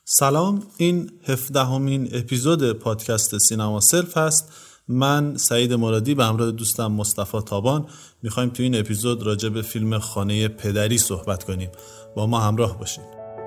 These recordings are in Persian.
سلام، این 17مین اپیزود پادکست سینما سلف هست. من سعید مرادی به همراه دوستم مصطفی تابان میخوایم تو این اپیزود راجع به فیلم خانه پدری صحبت کنیم. با ما همراه باشین.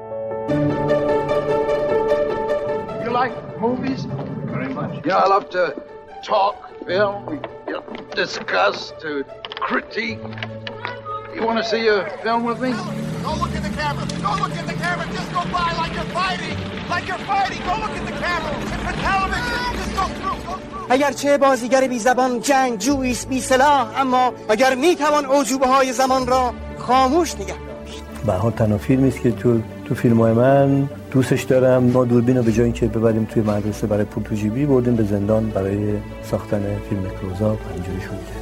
You like movies? Very much. Yeah, I love to talk film, discuss, to critique. You want to see a film with me? Don't look at the camera. Don't look at the camera. Just go by like you're fighting. Like you're fighting. Don't look at the camera. It's for television. Just go through. Go through. اگرچه بازیگر بی زبان جنگ جویست بی سلاح، اما اگر میتوان عجوبه های زمان را خاموش نگه داشت. به هر تنها فیلمی است که تو فیلم‌های من دوستش دارم. ما دوربین رو به جای اینکه ببریم توی مدرسه برای پول تو جیبی، بردیم به زندان برای ساختن فیلم کلوزآپ. اینجوری شد.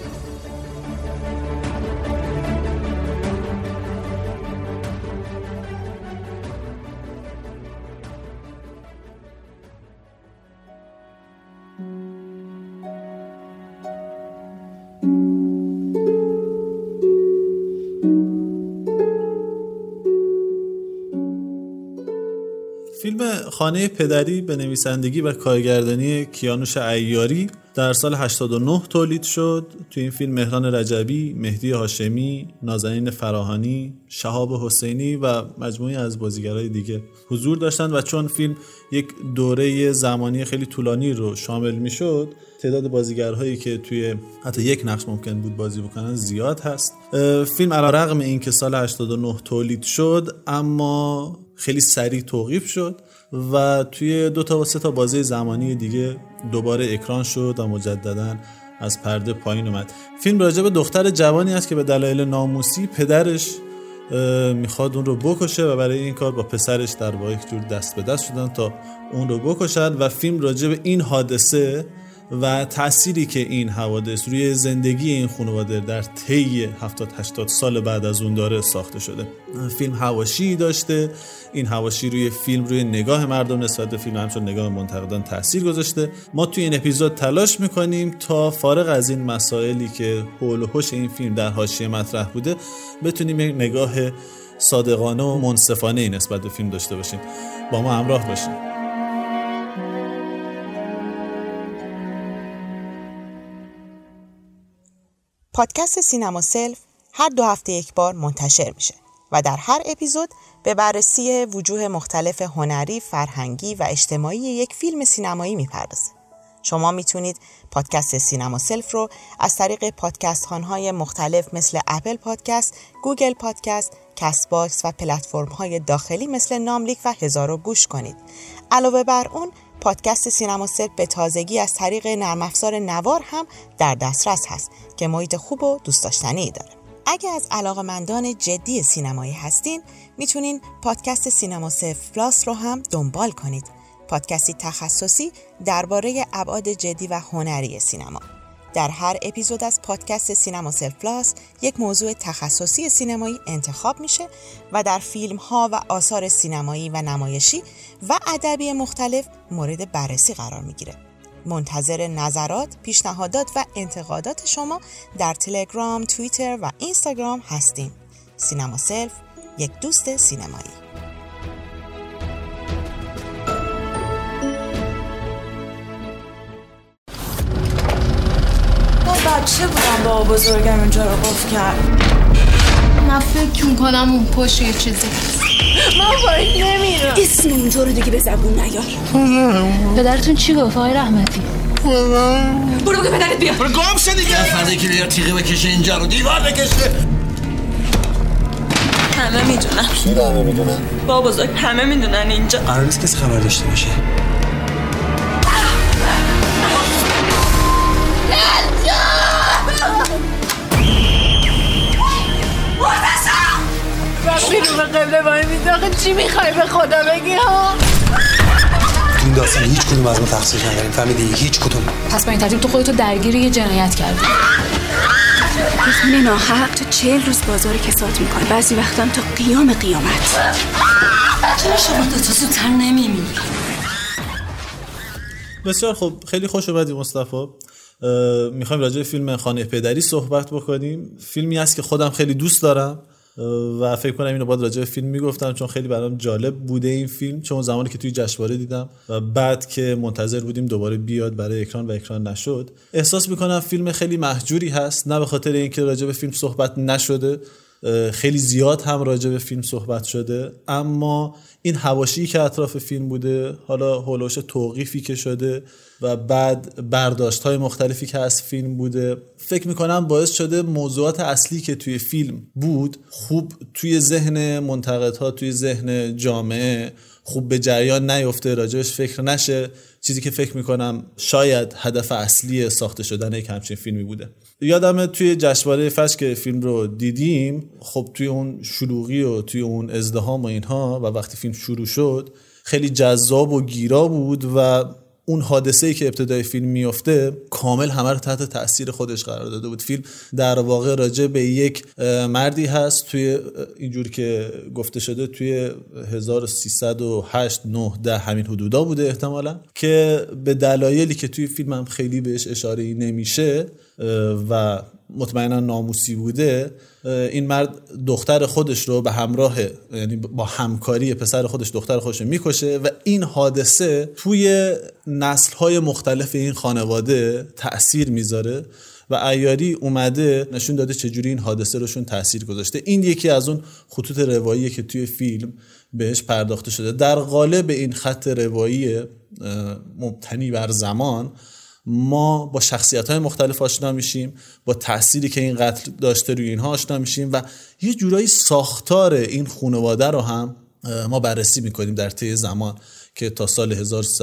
فیلم خانه پدری به نویسندگی و کارگردانی کیانوش عیاری در سال 89 تولید شد. تو این فیلم مهران رجبی، مهدی هاشمی، نازنین فراهانی، شهاب حسینی و مجموعی از بازیگرای دیگه حضور داشتند و چون فیلم یک دوره زمانی خیلی طولانی رو شامل میشد، تعداد بازیگرهایی که توی حتی یک نقش ممکن بود بازی بکنن زیاد هست. فیلم علیرغم اینکه سال 89 تولید شد، اما خیلی سریع توقیف شد و توی 2 تا و 3 تا بازی زمانی دیگه دوباره اکران شد و مجدداً از پرده پایین اومد. فیلم راجع به دختر جوانی است که به دلایل ناموسی پدرش میخواد اون رو بکشه و برای این کار با پسرش در واقع یک جور دست به دست شدن تا اون رو بکشن و فیلم راجع به این حادثه و تأثیری که این حوادث روی زندگی این خانواده در طی 70-80 سال بعد از اون داره ساخته شده. فیلم حواشی داشته. این حواشی روی فیلم، روی نگاه مردم نسبت به فیلم، همچون نگاه منتقدان تأثیر گذاشته. ما توی این اپیزود تلاش میکنیم تا فارغ از این مسائلی که حول و حوش این فیلم در حاشیه مطرح بوده، بتونیم یک نگاه صادقانه و منصفانه این نسبت به فیلم داشته باشیم. با ما همراه باشیم. پادکست سینما سلف هر 2 هفته یک بار منتشر میشه و در هر اپیزود به بررسی وجوه مختلف هنری، فرهنگی و اجتماعی یک فیلم سینمایی میپردازه. شما میتونید پادکست سینما سلف رو از طریق پادکست خوان‌های مختلف مثل اپل پادکست، گوگل پادکست، کست باکس و پلتفرم‌های داخلی مثل ناملیک و هزارو گوش کنید. علاوه بر اون، پادکست سینما سلف به تازگی از طریق نرم افزار نوار هم در دسترس هست که محیط خوب و دوست داشتنی داره. اگه از علاقه‌مندان جدی سینمایی هستین، میتونین پادکست سینما سلف پلاس رو هم دنبال کنید. پادکستی تخصصی درباره ابعاد جدی و هنری سینما. در هر اپیزود از پادکست سینما سلف پلاس یک موضوع تخصصی سینمایی انتخاب میشه و در فیلم‌ها و آثار سینمایی و نمایشی و ادبی مختلف مورد بررسی قرار میگیره. منتظر نظرات، پیشنهادات و انتقادات شما در تلگرام، توییتر و اینستاگرام هستیم. سینما سلف، یک دوست سینمایی. بچه بودم با بزرگم اونجا رو قفل کرد. من فکر میکنم اون پشت یه چیزی هست. من باید نمیرم. اسم اونطور دیگه به زبون نیار. پدرتون چی گفت آقای رحمتی؟ برو بگو پدرت بیا. برو گم شد دیگه. فردا که بیار تیغه بکشه اینجا رو، دیوار بکشه. همه میدونن. چی رو همه میدونن؟ با بزرگ همه میدونن اینجا. قرار نیست کسی خبر داشته باشه. وقتی رو به قبله باید میداخه چی میخوای به خدا بگی ها؟ تو این داستان هیچ کدوم از ما تقصیر نداریم، فهمیدی؟ هیچ کدوم. پس با این ترتیب تو خودتو درگیر یه جنایت کردی. خونه ناحق تو 40 روز بازار کسات میکنه، بعضی وقتا تا قیام قیامت. چرا شما دوتا زودتر نمیمیری؟ بسیار خوب، خیلی خوش اومدی مصطفی. میخوایم راجع به فیلم خانه پدری صحبت بکنیم. فیلمی است که خودم خیلی دوست دارم و فکر کنم اینو باید راجع به فیلم میگفتم چون خیلی برام جالب بوده این فیلم، چون زمانی که توی جشنواره دیدم و بعد که منتظر بودیم دوباره بیاد برای اکران و اکران نشد، احساس میکنم فیلم خیلی مهجوری هست، نه به خاطر اینکه راجع به فیلم صحبت نشده، خیلی زیاد هم راجع به فیلم صحبت شده، اما این حواشی که اطراف فیلم بوده، حالا هولوش توقیفی که شده و بعد برداشت‌های مختلفی که از فیلم بوده، فکر می‌کنم باعث شده موضوعات اصلی که توی فیلم بود خوب توی ذهن منتقدها، توی ذهن جامعه خوب به جریان نیفته، راجعش فکر نشه، چیزی که فکر میکنم شاید هدف اصلی ساخته شدن یک همچین فیلمی بوده. یادمه توی جشنواره فجر که فیلم رو دیدیم، خب توی اون شلوغی و توی اون ازدحام و اینها و وقتی فیلم شروع شد خیلی جذاب و گیرا بود و اون حادثه‌ای که ابتدای فیلم میفته کامل همه رو تحت تأثیر خودش قرار داده بود. فیلم در واقع راجع به یک مردی هست توی اینجور که گفته شده توی 1308 9 10 همین حدودا بوده احتمالاً، که به دلایلی که توی فیلم هم خیلی بهش اشاره‌ای نمیشه و مطمئنا ناموسی بوده، این مرد دختر خودش رو به همراه، یعنی با همکاری پسر خودش دختر خودش رو میکشه و این حادثه توی نسل‌های مختلف این خانواده تأثیر میذاره و عیاری اومده نشون داده چجوری این حادثه روشون تأثیر گذاشته. این یکی از اون خطوط رواییه که توی فیلم بهش پرداخته شده. در قالب این خط روایی مبتنی بر زمان ما با شخصیت‌های مختلف آشنا میشیم، با تأثیری که این قتل داشته روی اینها آشنا میشیم و یه جورایی ساختار این خانواده رو هم ما بررسی میکنیم در طی زمان که تا سال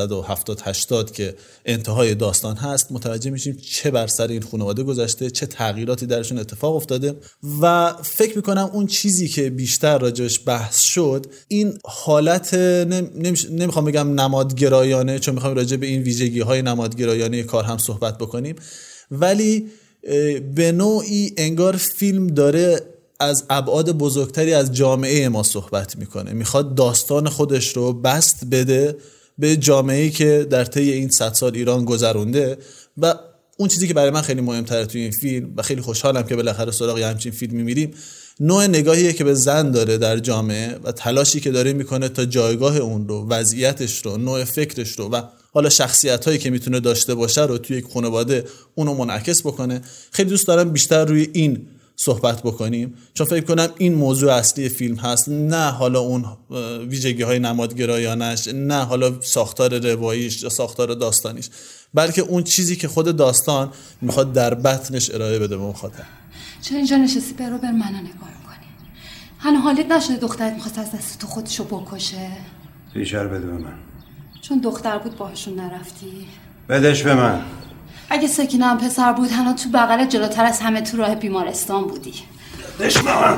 1370-80 که انتهای داستان هست متوجه میشیم چه بر سر این خانواده گذشته، چه تغییراتی درشون اتفاق افتاده و فکر میکنم اون چیزی که بیشتر راجعش بحث شد این حالت نمیخوام بگم نمادگرایانه، چون میخوام راجع به این ویژگی های نمادگرایانه کار هم صحبت بکنیم، ولی به نوعی انگار فیلم داره از ابعاد بزرگتری از جامعه ما صحبت میکنه، میخواد داستان خودش رو بست بده به جامعه‌ای که در طی این 100 سال ایران گذرونده و اون چیزی که برای من خیلی مهمتره توی این فیلم و خیلی خوشحالم که بالاخره سراغ همچین فیلمی میریم، نوع نگاهیه که به زن داره در جامعه و تلاشی که داره میکنه تا جایگاه اون رو، وضعیتش رو، نوع فکرش رو و حالا شخصیت‌هایی که میتونه داشته باشه رو توی یک خانواده اونو منعکس بکنه. خیلی دوست دارم بیشتر روی این صحبت بکنیم چون فکر کنم این موضوع اصلی فیلم هست، نه حالا اون ویژگی‌های نمادگرایانش، نه حالا ساختار رواییش یا ساختار داستانیش، بلکه اون چیزی که خود داستان میخواد در بطنش ارائه بده به مخاطب. چرا اینجا نشستی برو بر منو نگاه میکنی؟ هنوز حالت نشده دخترت میخواست از دست تو خودشو بکشه؟ بیشتر بده به من. چون دختر بود باهاشون نرفتی؟ بدش به من. اگه سکینه هم پسر بود هنوز تو بغل جلوتر از همه تو راه بیمارستان بودی. بدش به من.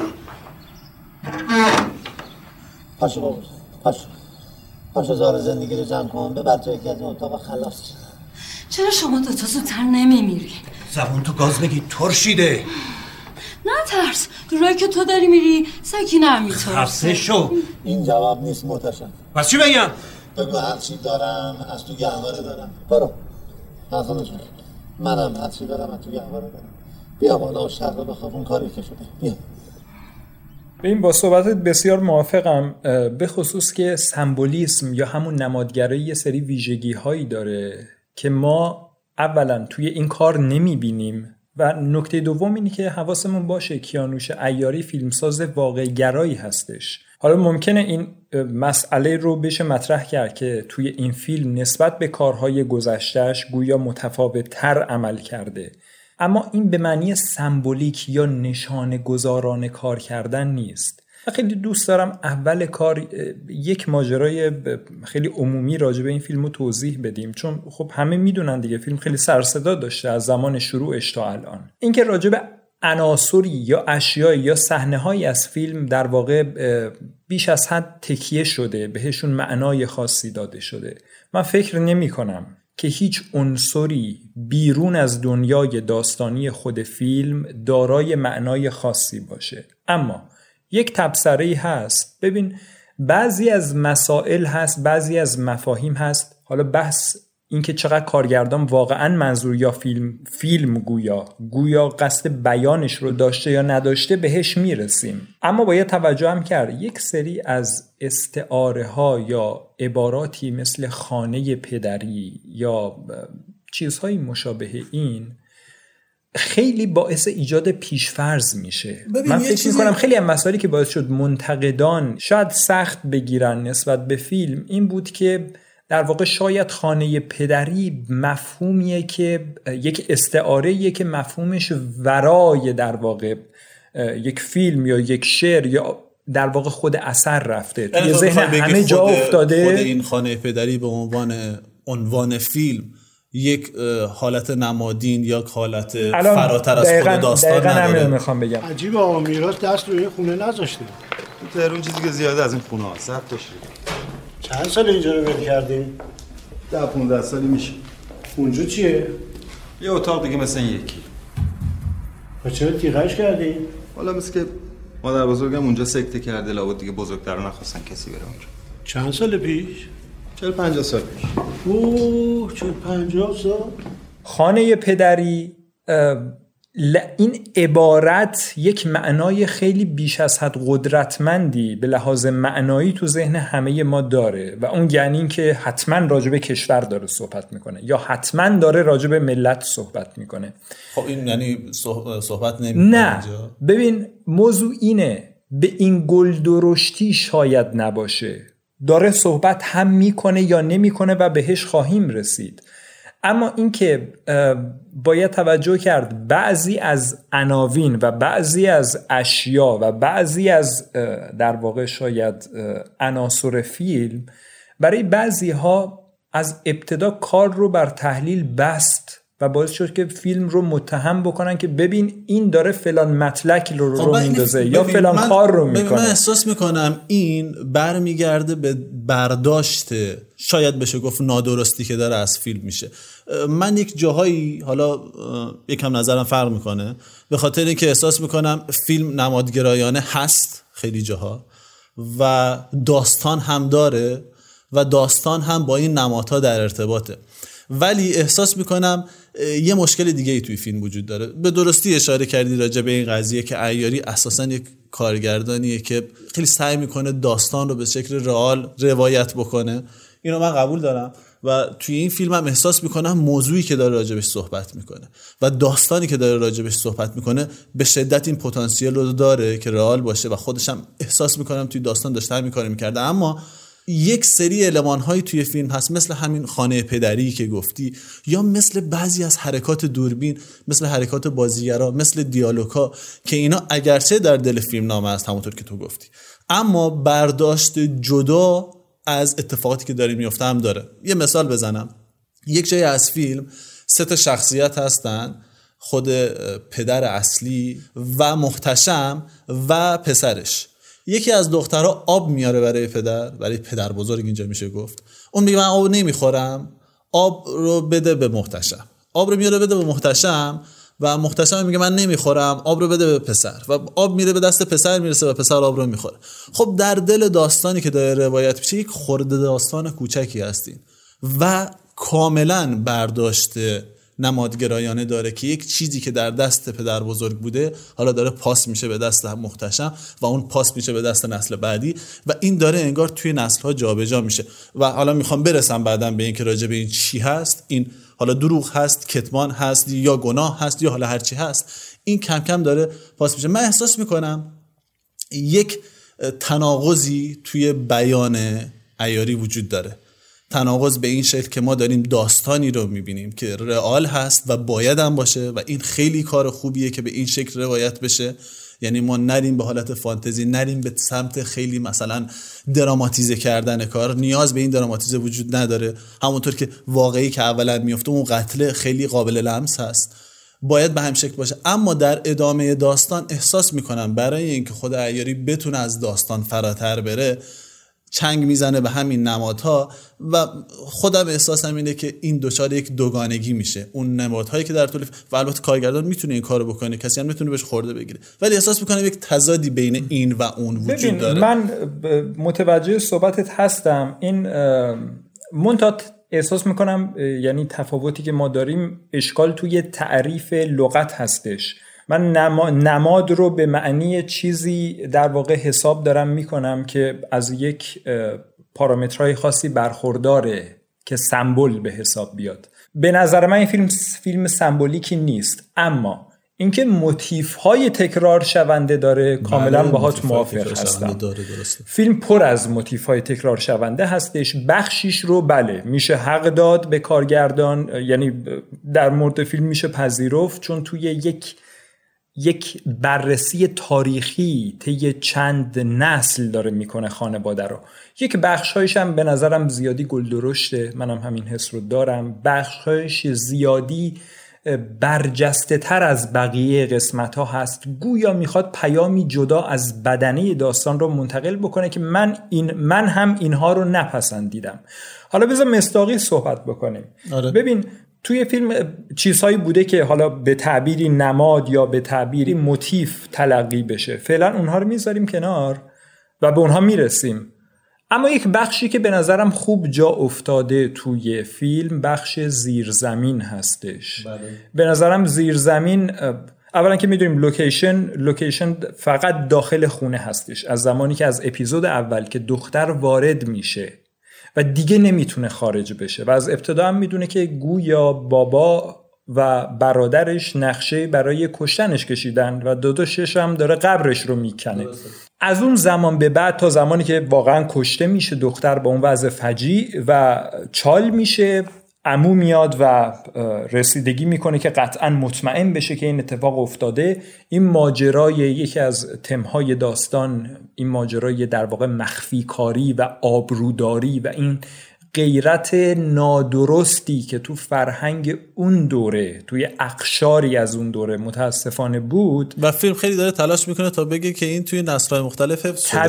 پاشو بابا، پاشو زار زندگی رو جمع کن، ببر تو یکی از این اتاق خلاص. چرا شما دوتا زودتر نمیمیری؟ زبون تو گاز بگی ترشیده. نه ترس، تو راهی که تو داری میری سکینه هم میترسه. خفه شو. این جواب نیست محتشم. پس چی بگم؟ بگو هر چی دارم از تو گهواره دارم. برو حرفانو جون، منم هر چی دارم از تو گهواره دارم. بیا بالا و شهر رو بخواب اون کاری که شده. بیا. این با صحبتت بسیار موافقم، به خصوص که سمبولیسم یا همون نمادگرایی یه سری ویژگی هایی داره که ما اولا توی این کار نمیبینیم و نکته دوم اینه که حواسمون باشه کیانوش عیاری فیلمساز واقع گرایی هستش. حالا ممکنه این مسئله رو بشه مطرح کرد که توی این فیلم نسبت به کارهای گذشتهش گویا متفاوت تر عمل کرده، اما این به معنی سمبولیک یا نشانه گذارانه کار کردن نیست. خیلی دوست دارم اول کار یک ماجرای خیلی عمومی راجع به این فیلمو توضیح بدیم، چون خب همه میدونن دیگه فیلم خیلی سر صدا داشته از زمان شروعش تا الان. اینکه راجع به عناصری یا اشیایی یا صحنه‌هایی از فیلم در واقع بیش از حد تکیه شده، بهشون معنای خاصی داده شده. من فکر نمی‌کنم که هیچ عنصری بیرون از دنیای داستانی خود فیلم دارای معنای خاصی باشه، اما یک تبصره‌ای هست. ببین بعضی از مسائل هست، بعضی از مفاهیم هست، حالا بحث اینکه چقدر کارگردان واقعا منظور یا فیلم گویا قصد بیانش رو داشته یا نداشته بهش میرسیم. اما باید توجه هم کرد یک سری از استعاره ها یا عباراتی مثل خانه پدری یا چیزهای مشابه این خیلی باعث ایجاد پیشفرض میشه. من فکر میکنم خیلی از مسائلی که باعث شد منتقدان شاید سخت بگیرن نسبت به فیلم این بود که در واقع شاید خانه پدری مفهومیه که یک استعاریه که مفهومش ورای در واقع یک فیلم یا یک شعر یا در واقع خود اثر رفته توی ذهن همه جا افتاده. خود این خانه پدری به عنوان فیلم یک حالت نمادین یا حالت فراتر از خود داستان نداره. میخوام بگم عجیبه آقا میراث دست روی خونه نذاشته. تو تهران چیزی که زیاده از این خونه ها ثبت داشته. چند سال اینجا رو ول کردیم؟ 10-15 سالی میشه. اونجا چیه؟ یه اتاق دیگه مثلا یکی. و چرا تیغش کردی؟ حالا مثل که مادر بزرگم اونجا سکته کرده لابد دیگه بزرگترا نخواستن کسی بره اونجا. چند سال پیش؟ 40-50 سال پیش. اوه 40-50 سال. خانه پدری این عبارت یک معنای خیلی بیش از حد قدرتمندی به لحاظ معنایی تو ذهن همه ما داره و اون یعنی این که حتما راجع به کشور داره صحبت میکنه یا حتما داره راجع به ملت صحبت میکنه. خب این یعنی صحبت نمیکنه. نه ببین موضوع اینه، به این گل درشتی شاید نباشه، داره صحبت هم میکنه یا نمیکنه و بهش خواهیم رسید. اما اینکه باید توجه کرد بعضی از عناوین و بعضی از اشیا و بعضی از در واقع شاید عناصر فیلم برای بعضی ها از ابتدا کار رو بر تحلیل بست و باعث شد که فیلم رو متهم بکنن که ببین این داره فلان مطلق رو میندازه یا فلان کار رو میکنه. من احساس میکنم این برمیگرده به برداشت شاید بشه گفت نادرستی که داره از فیلم میشه. من یک جاهایی حالا یکم نظرم فرق میکنه به خاطر اینکه احساس میکنم فیلم نمادگرایانه هست خیلی جاها و داستان هم داره و داستان هم با این نمادها در ارتباطه، ولی احساس میکنم یه مشکل دیگه ای توی فیلم وجود داره. به درستی اشاره کردی راجع به این قضیه که عیاری اساساً یک کارگردانیه که خیلی سعی میکنه داستان رو به شکل رئال روایت بکنه، اینو من قبول دارم و توی این فیلم هم احساس میکنم موضوعی که داره راجبش صحبت میکنه و داستانی که داره راجبش صحبت میکنه به شدت این پتانسیل رو داره که رئال باشه و خودش هم احساس میکنم توی داستان داشته همین کارو میکرده. اما یک سری المان‌هایی توی فیلم هست مثل همین خانه پدری که گفتی یا مثل بعضی از حرکات دوربین، مثل حرکات بازیگرا، مثل دیالوگ‌ها که اینا اگرچه در دل فیلم نامه است همونطور که تو گفتی اما برداشت جدا از اتفاقاتی که داره میفته هم داره. یه مثال بزنم، یک جای از فیلم 3 شخصیت هستن، خود پدر اصلی و محتشم و پسرش. یکی از دخترها آب میاره برای پدر بزرگ اینجا میشه گفت، اون میگه من آب نمیخورم، آب رو بده به محتشم. آب رو میاره بده به محتشم و محتشم میگه من نمیخورم، آب رو بده به پسر و آب میره به دست پسر میرسه و پسر آب رو میخوره. خب در دل داستانی که داره روایت میشه یک خرده داستان کوچکی هستین و کاملا برداشت نمادگرایانه داره که یک چیزی که در دست پدر بزرگ بوده حالا داره پاس میشه به دست محتشم و اون پاس میشه به دست نسل بعدی و این داره انگار توی نسل‌ها جابجا میشه. و حالا میخوام برسم بعداً به این که راجع به این چی هست، این حالا دروغ هست، کتمان هست یا گناه هست یا حالا هر چی هست، این کم کم داره پاس میشه. من احساس میکنم یک تناقضی توی بیان عیاری وجود داره، تناقض به این شکل که ما داریم داستانی رو میبینیم که رئال هست و باید هم باشه و این خیلی کار خوبیه که به این شکل روایت بشه، یعنی ما نریم به حالت فانتزی، نریم به سمت خیلی مثلا دراماتیزه کردن کار. نیاز به این دراماتیزه وجود نداره، همونطور که واقعی که اولا میفته اون قتل خیلی قابل لمس هست، باید به هم شکل باشه. اما در ادامه داستان احساس میکنم برای اینکه خود عیاری بتونه از داستان فراتر بره چنگ میزنه به همین نمادها و خودم احساسم اینه که این دچار یک دوگانگی میشه. اون نمادهایی که در طول و البته کارگردان میتونه این کارو بکنه، کسی هم میتونه بهش خورده بگیره، ولی احساس میکنم یک تضادی بین این و اون وجود داره. من متوجه صحبتت هستم. این احساس میکنم یعنی تفاوتی که ما داریم اشکال توی تعریف لغت هستش. من نماد رو به معنی چیزی در واقع حساب دارم میکنم که از یک پارامترهای خاصی برخورداره که سمبل به حساب بیاد. به نظر من این فیلم سمبولیکی نیست، اما اینکه موتیف‌های تکرار شونده داره کاملا باهات موافق هستم. فیلم پر از موتیف‌های تکرار شونده هستش. بخشیش رو بله میشه حق داد به کارگردان، یعنی در مورد فیلم میشه پذیرفت، چون توی یک بررسی تاریخی طی چند نسل داره میکنه خانواده رو. یک بخش‌هایش هم به نظرم زیادی گلدرشته، منم همین حس رو دارم. بخش‌هایش زیادی برجسته تر از بقیه قسمت ها هست، گویا میخواد پیامی جدا از بدنه داستان رو منتقل بکنه که من هم اینها رو نپسندیدم. حالا بذار مصداقی صحبت بکنیم. ببین توی فیلم چیزهایی بوده که حالا به تعبیری نماد یا به تعبیری موتیف تلقی بشه، فعلا اونها رو میذاریم کنار و به اونها میرسیم. اما یک بخشی که به نظرم خوب جا افتاده توی فیلم بخش زیرزمین هستش. به نظرم زیرزمین، اولا که میدونیم لوکیشن فقط داخل خونه هستش. از زمانی که از اپیزود اول که دختر وارد میشه و دیگه نمیتونه خارج بشه و از ابتدا هم میدونه که گویا بابا و برادرش نقشه برای کشتنش کشیدن و داداشش هم داره قبرش رو میکنه. از اون زمان به بعد تا زمانی که واقعا کشته میشه دختر با اون وضع فجیع و چال میشه، عمو میاد و رسیدگی میکنه که قطعا مطمئن بشه که این اتفاق افتاده. این ماجرای یکی از تمهای داستان، این ماجرای در واقع مخفی کاری و آبروداری و این غیرت نادرستی که تو فرهنگ اون دوره، توی اقشاری از اون دوره متاسفانه بود و فیلم خیلی داره تلاش میکنه تا بگه که این توی نسل‌های مختلف حفظ شده.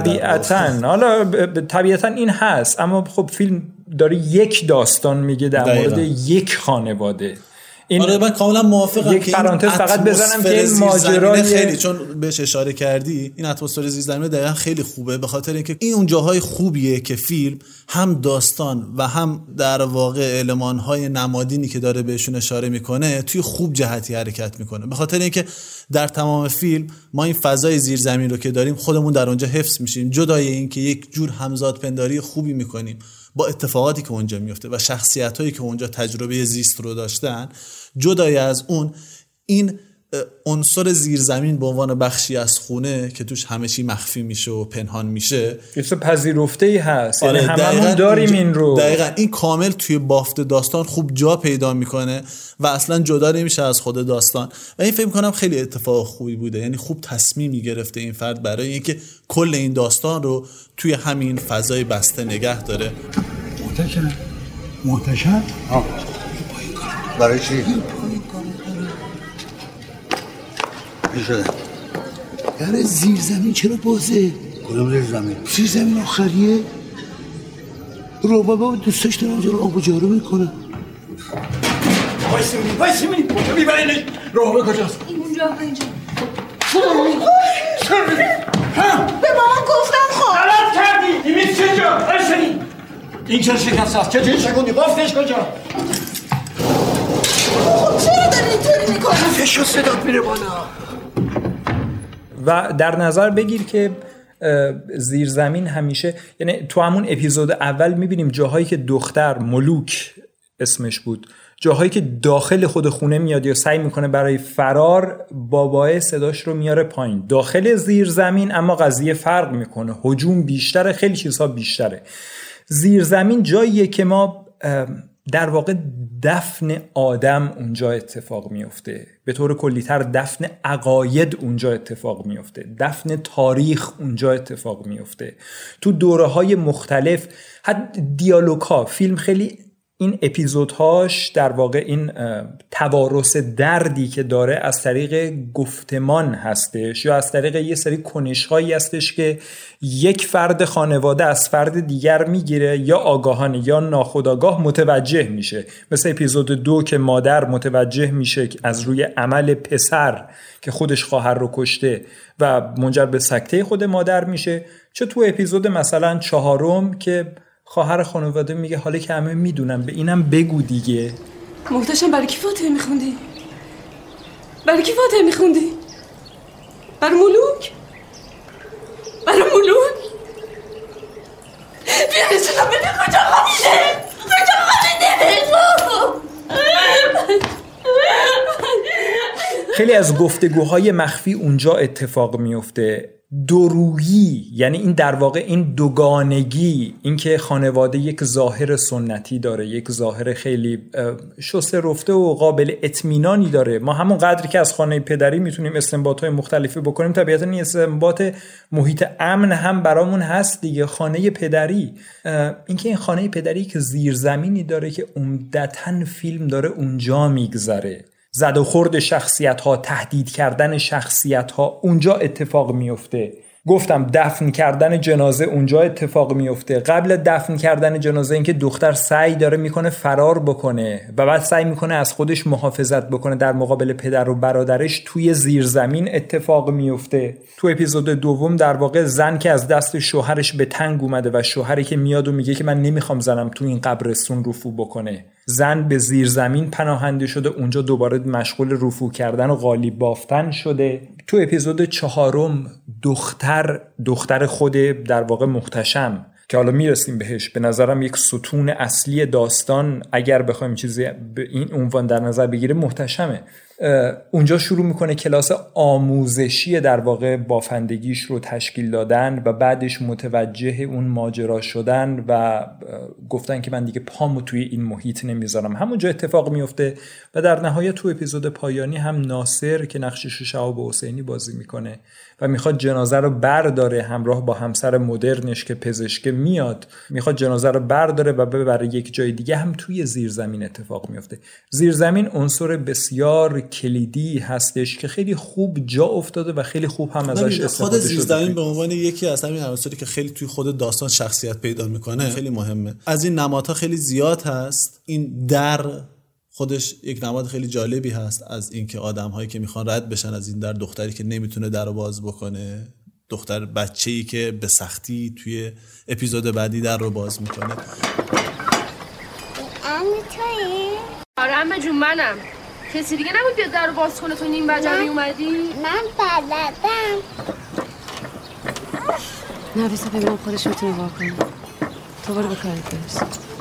طبیعتاً این هست، اما خب فیلم داره یک داستان میگه در مورد یک خانواده. آره من کاملا موافقم. یک پرانتز فقط بزنم که این ماجرای خیلی، چون بهش اشاره کردی، این اتمسفر زیرزمینی دقیقاً خیلی خوبه، به خاطر اینکه این اون جاهای خوبیه که فیلم هم داستان و هم در واقع المان‌های نمادینی که داره بهشون اشاره میکنه توی خوب جهتی حرکت میکنه. به خاطر اینکه در تمام فیلم ما این فضای زیرزمین رو که داریم خودمون در اونجا حفظ میشیم، جدای این که یک جور همزاد پنداری خوبی میکنیم با اتفاقاتی که اونجا میفته و شخصیتایی که اونجا تجربه زیست رو داشتن. جدای از اون، این عنصر زیرزمین به عنوان بخشی از خونه که توش همه چی مخفی میشه و پنهان میشه، یه چیز پذیرفته‌ای هست. یعنی هممون داریم این رو. دقیقاً این کامل توی بافت داستان خوب جا پیدا میکنه و اصلا جدا نمیشه از خود داستان و این فکر میکنم خیلی اتفاق خوبی بوده. یعنی خوب تصمیمی گرفته این فرد برای اینکه کل این داستان رو توی همین فضای بسته نگه داره. محتشم؟ برای چی؟ میشده یعنی زیر زمین چرا بازه؟ کدوم زیر زمین؟ زیر زمین آخریه؟ بابا دوستش دارم اونجا آب و جارو میکنه. وایسی می‌بینی کجا میبرینش؟ رابه کجاست؟ اینجا به مامان گفتم خواه غلط کردی. این چه جا؟ این چرا شکست هست؟ چه شکوندی؟ قفلش کجا؟ چرا داری اینطوری میکنی؟ فشو صدات میره بالا. و در نظر بگیر که زیرزمین همیشه، یعنی تو همون اپیزود اول میبینیم جاهایی که دختر ملوک اسمش بود، جاهایی که داخل خود خونه میاد یا سعی میکنه برای فرار، بابای صداش رو میاره پایین. داخل زیرزمین اما قضیه فرق میکنه، هجوم بیشتره، خیلی چیزها بیشتره. زیرزمین جاییه که ما در واقع دفن آدم اونجا اتفاق میفته، به طور کلیتر دفن عقاید اونجا اتفاق میفته، دفن تاریخ اونجا اتفاق میفته. تو دوره‌های مختلف، حتی دیالوگ‌ها، فیلم خیلی این اپیزودهاش در واقع این توارث دردی که داره از طریق گفتمان هستش یا از طریق یه سری کنش‌هایی هستش که یک فرد خانواده از فرد دیگر میگیره، یا آگاهانه یا ناخودآگاه متوجه میشه. مثل اپیزود 2 که مادر متوجه میشه از روی عمل پسر که خودش خواهر رو کشته و منجر به سکته خود مادر میشه، چه تو اپیزود مثلا 4 که خواهر خانواده میگه حالا که همه میدونم به اینم بگو دیگه. محتشم برای کی فاتحه میخوندی؟ برای کی فاتحه میخوندی؟ برای ملوک؟ برای ملوک؟ بیا نشونم بده کجا خوابیده؟ کجا خوابیده؟ خیلی از گفتگوهای مخفی اونجا اتفاق میفته. دورویی، یعنی این در واقع این دوگانگی، این که خانواده یک ظاهر سنتی داره، یک ظاهر خیلی شسته رفته و قابل اطمینانی داره. ما همون قدری که از خانه پدری میتونیم استنباط‌های مختلفی بکنیم، طبیعتاً این استنباط محیط امن هم برامون هست دیگه. خانه پدری، اینکه این خانه پدری که زیرزمینی داره که عمدتاً فیلم داره اونجا میگذره، زد و خورد شخصیت ها، تهدید کردن شخصیت ها اونجا اتفاق میفته. گفتم دفن کردن جنازه اونجا اتفاق میفته. قبل دفن کردن جنازه اینکه دختر سعی داره میکنه فرار بکنه و بعد سعی میکنه از خودش محافظت بکنه در مقابل پدر و برادرش، توی زیرزمین اتفاق میفته. تو اپیزود دوم در واقع زن که از دست شوهرش به تنگ اومده و شوهری که میاد و میگه که من نمیخوام زنم تو این قبرستون رفو بکنه، زن به زیرزمین پناهنده شده، اونجا دوباره مشغول رفو کردن و قالیب بافتن شده. تو اپیزود 4 دختر خود در واقع محتشم که حالا میرسیم بهش، به نظرم یک ستون اصلی داستان اگر بخوایم چیزی به این عنوان در نظر بگیره محتشمه. اونجا شروع میکنه کلاس آموزشی در واقع بافندگیش رو تشکیل دادن و بعدش متوجه اون ماجرا شدن و گفتن که من دیگه پامو توی این محیط نمیذارم. همونجا اتفاق میفته و در نهایت تو اپیزود پایانی هم ناصر که نقشش شهاب حسینی بازی میکنه و میخواد جنازه رو برداره، همراه با همسر مدرنش که پزشک میاد، میخواد جنازه رو برداره و ببره یک جای دیگه، هم توی زیرزمین اتفاق میفته. زیرزمین عنصر بسیار کلیدی هستش که خیلی خوب جا افتاده و خیلی خوب هم ازش استفاده شده. خود زیرزمین به عنوان یکی از همین عناصری که خیلی توی خود داستان شخصیت پیدا میکنه خیلی مهمه. از این نمادها خیلی زیاد هست. این در خودش یک نماد خیلی جالبی هست از اینکه آدم‌هایی که میخوان رد بشن از این در، دختری که نمیتونه در رو باز بکنه، دختر بچه‌ای که به سختی توی اپیزود بعدی در رو باز میکنه. عمو تویی؟ آره عمه جون منم. کسی دیگه نبود بیاد در رو باز کنه، تو نیم بجمی اومدی؟ من بلدم. نه بسا ببینم خودش میتونه وا کنه. تو برو به کارت برس.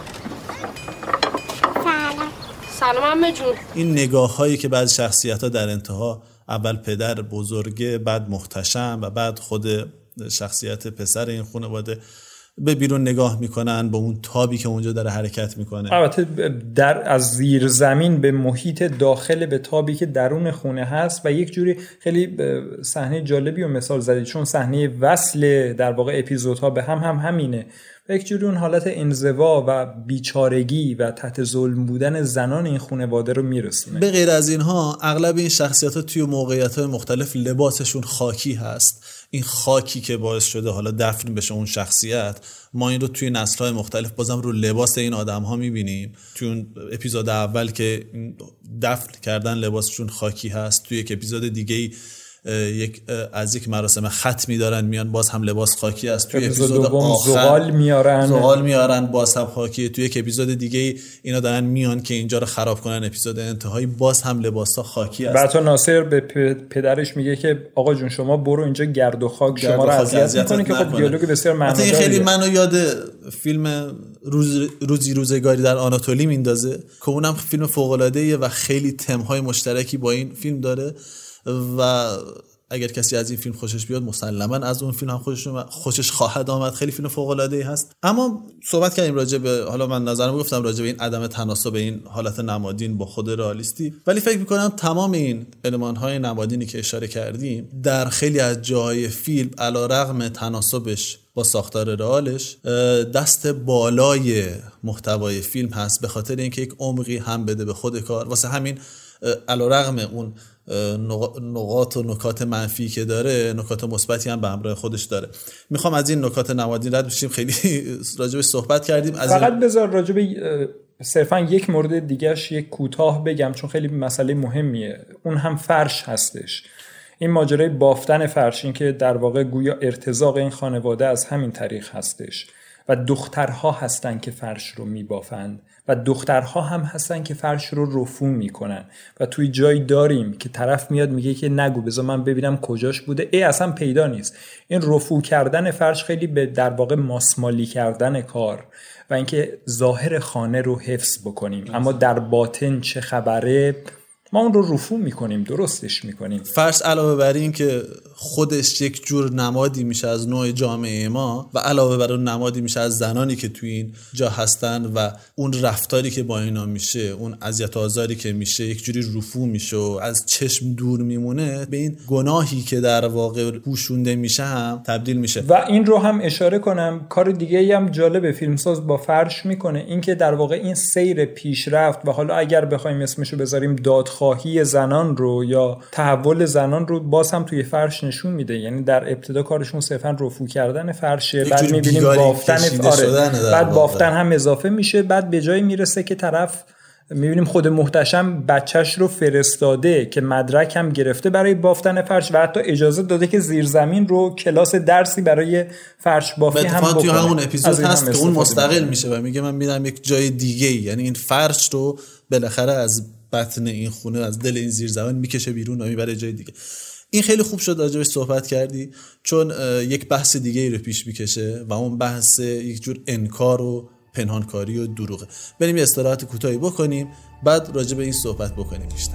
سلام عمه جون. این نگاه هایی که بعضی شخصیت ها در انتها، اول پدر بزرگه، بعد محتشم و بعد خود شخصیت پسر این خانواده به بیرون نگاه میکنن با اون تابی که اونجا داره حرکت میکنه. البته از زیر زمین به محیط داخل به تابی که درون خونه هست و یک جوری خیلی صحنه جالبی و مثال زدید، چون صحنه وصل در واقع اپیزودها به هم همینه و یک جوری اون حالت انزوا و بیچارگی و تحت ظلم بودن زنان این خانواده رو میرسونه. به غیر از اینها اغلب این شخصیت‌ها توی موقعیت‌های مختلف لباسشون خاکی هست. این خاکی که باعث شده حالا دفن بشه اون شخصیت، ما این رو توی نسل‌های مختلف بازم رو لباس این آدم‌ها می‌بینیم. توی اون اپیزود اول که دفن کردن لباسشون خاکی هست، توی یک اپیزود دیگه از یک مراسم ختمی دارن میان باز هم لباس خاکی است. توی اپیزود آخر زغال میارن باز هم خاکی. توی یک اپیزود دیگه اینا دارن میان که اینجا رو خراب کنن، اپیزود انتهایی باز هم لباسا خاکی است. بعد ناصر به پدرش میگه که آقا جون شما برو اینجا گرد و خاک شما رو اذیت میکنه، که خب دیالوگ بسیار معناداریه. خیلی منو یاد فیلم روزگاری در آناتولی میندازه که اونم فیلم فوق العاده ایه و خیلی تم‌های مشترکی با این فیلم داره و اگر کسی از این فیلم خوشش بیاد مسلما از اون فیلم هم خوشش خواهد آمد. خیلی فیلم فوق العاده ای هست. اما صحبت کردیم راجع به، حالا من نظرم گفتم راجع به این عدم تناسب این حالت نمادین با خود رئالیستی، ولی فکر می‌کنم تمام این المان‌های نمادینی که اشاره کردیم در خیلی از جاهای فیلم علی‌رغم تناسبش با ساختار رئالش دست بالای محتوای فیلم هست، به خاطر اینکه یک عمقی هم بده به خود کار. واسه همین علی‌رغم اون نقاط و نکات منفی که داره، نکات مثبتی هم به همراه خودش داره. میخوام از این نکات نمادین رد بشیم، خیلی راجبش صحبت کردیم. فقط بذار راجب صرفا یک مورد دیگهش یک کوتاه بگم، چون خیلی مسئله مهمیه. اون هم فرش هستش. این ماجرای بافتن فرش، این که در واقع گویا ارتزاق این خانواده از همین طریق هستش و دخترها هستن که فرش رو میبافند و دخترها هم هستن که فرش رو رفو میکنن و توی جایی داریم که طرف میاد میگه که نگو بذار من ببینم کجاش بوده، اصلا پیدا نیست. این رفو کردن فرش خیلی به در واقع ماسمالی کردن کار و اینکه ظاهر خانه رو حفظ بکنیم اما در باطن چه خبره ما اون رو رفو میکنیم، درستش میکنیم. فرش علاوه بر این که خودش یک جور نمادی میشه از نوع جامعه ما و علاوه بر اون نمادی میشه از زنانی که توی این جا هستن و اون رفتاری که با اینا میشه، اون اذیت و آزاری که میشه یک جوری رفو میشه و از چشم دور میمونه، به این گناهی که در واقع پوشونده میشه هم تبدیل میشه. و این رو هم اشاره کنم، کار دیگه ای هم جالب فیلمساز با فرش میکنه، این که در واقع این سیر پیشرفت و حالا اگر بخوایم اسمشو بذاریم دادخواهی زنان رو یا تحول زنان رو باز هم توی فرش نشون میده. یعنی در ابتدا کارشون صرفا رفو کردن فرشه، بعد میبینیم بافتن، بعد بافتن هم اضافه میشه، بعد به جایی میرسه که طرف میبینیم خود محتشم بچهش رو فرستاده که مدرک هم گرفته برای بافتن فرش و حتی اجازه داده که زیرزمین رو کلاس درسی برای فرش بافی هم بکنه. توی همون اپیزود هست که اون مستقل میشه و میگه من میرم یک جای دیگه، یعنی این فرش رو بالاخره از بطن این خونه، از دل این زیرزمین میکشه بیرون و میبره جای دیگه. این خیلی خوب شد راجبش صحبت کردی، چون یک بحث دیگه ای رو پیش میکشه و اون بحث یک جور انکار و پنهانکاری و دروغه. بریم یه استراحت کوتاهی بکنیم، بعد راجب این صحبت بکنیم بیشتر.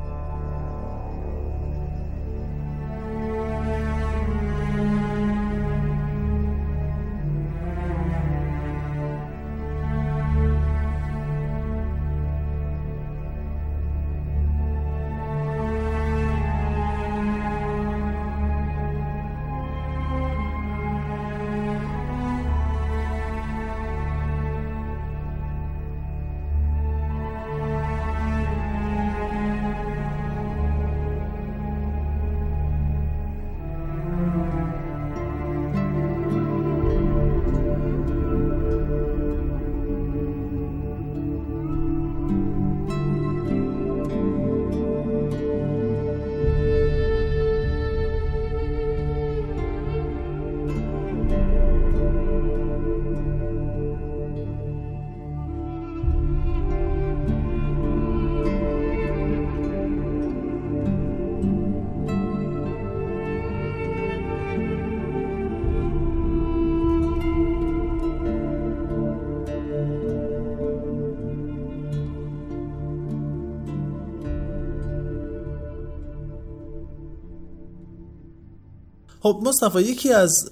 خب مصطفی، یکی از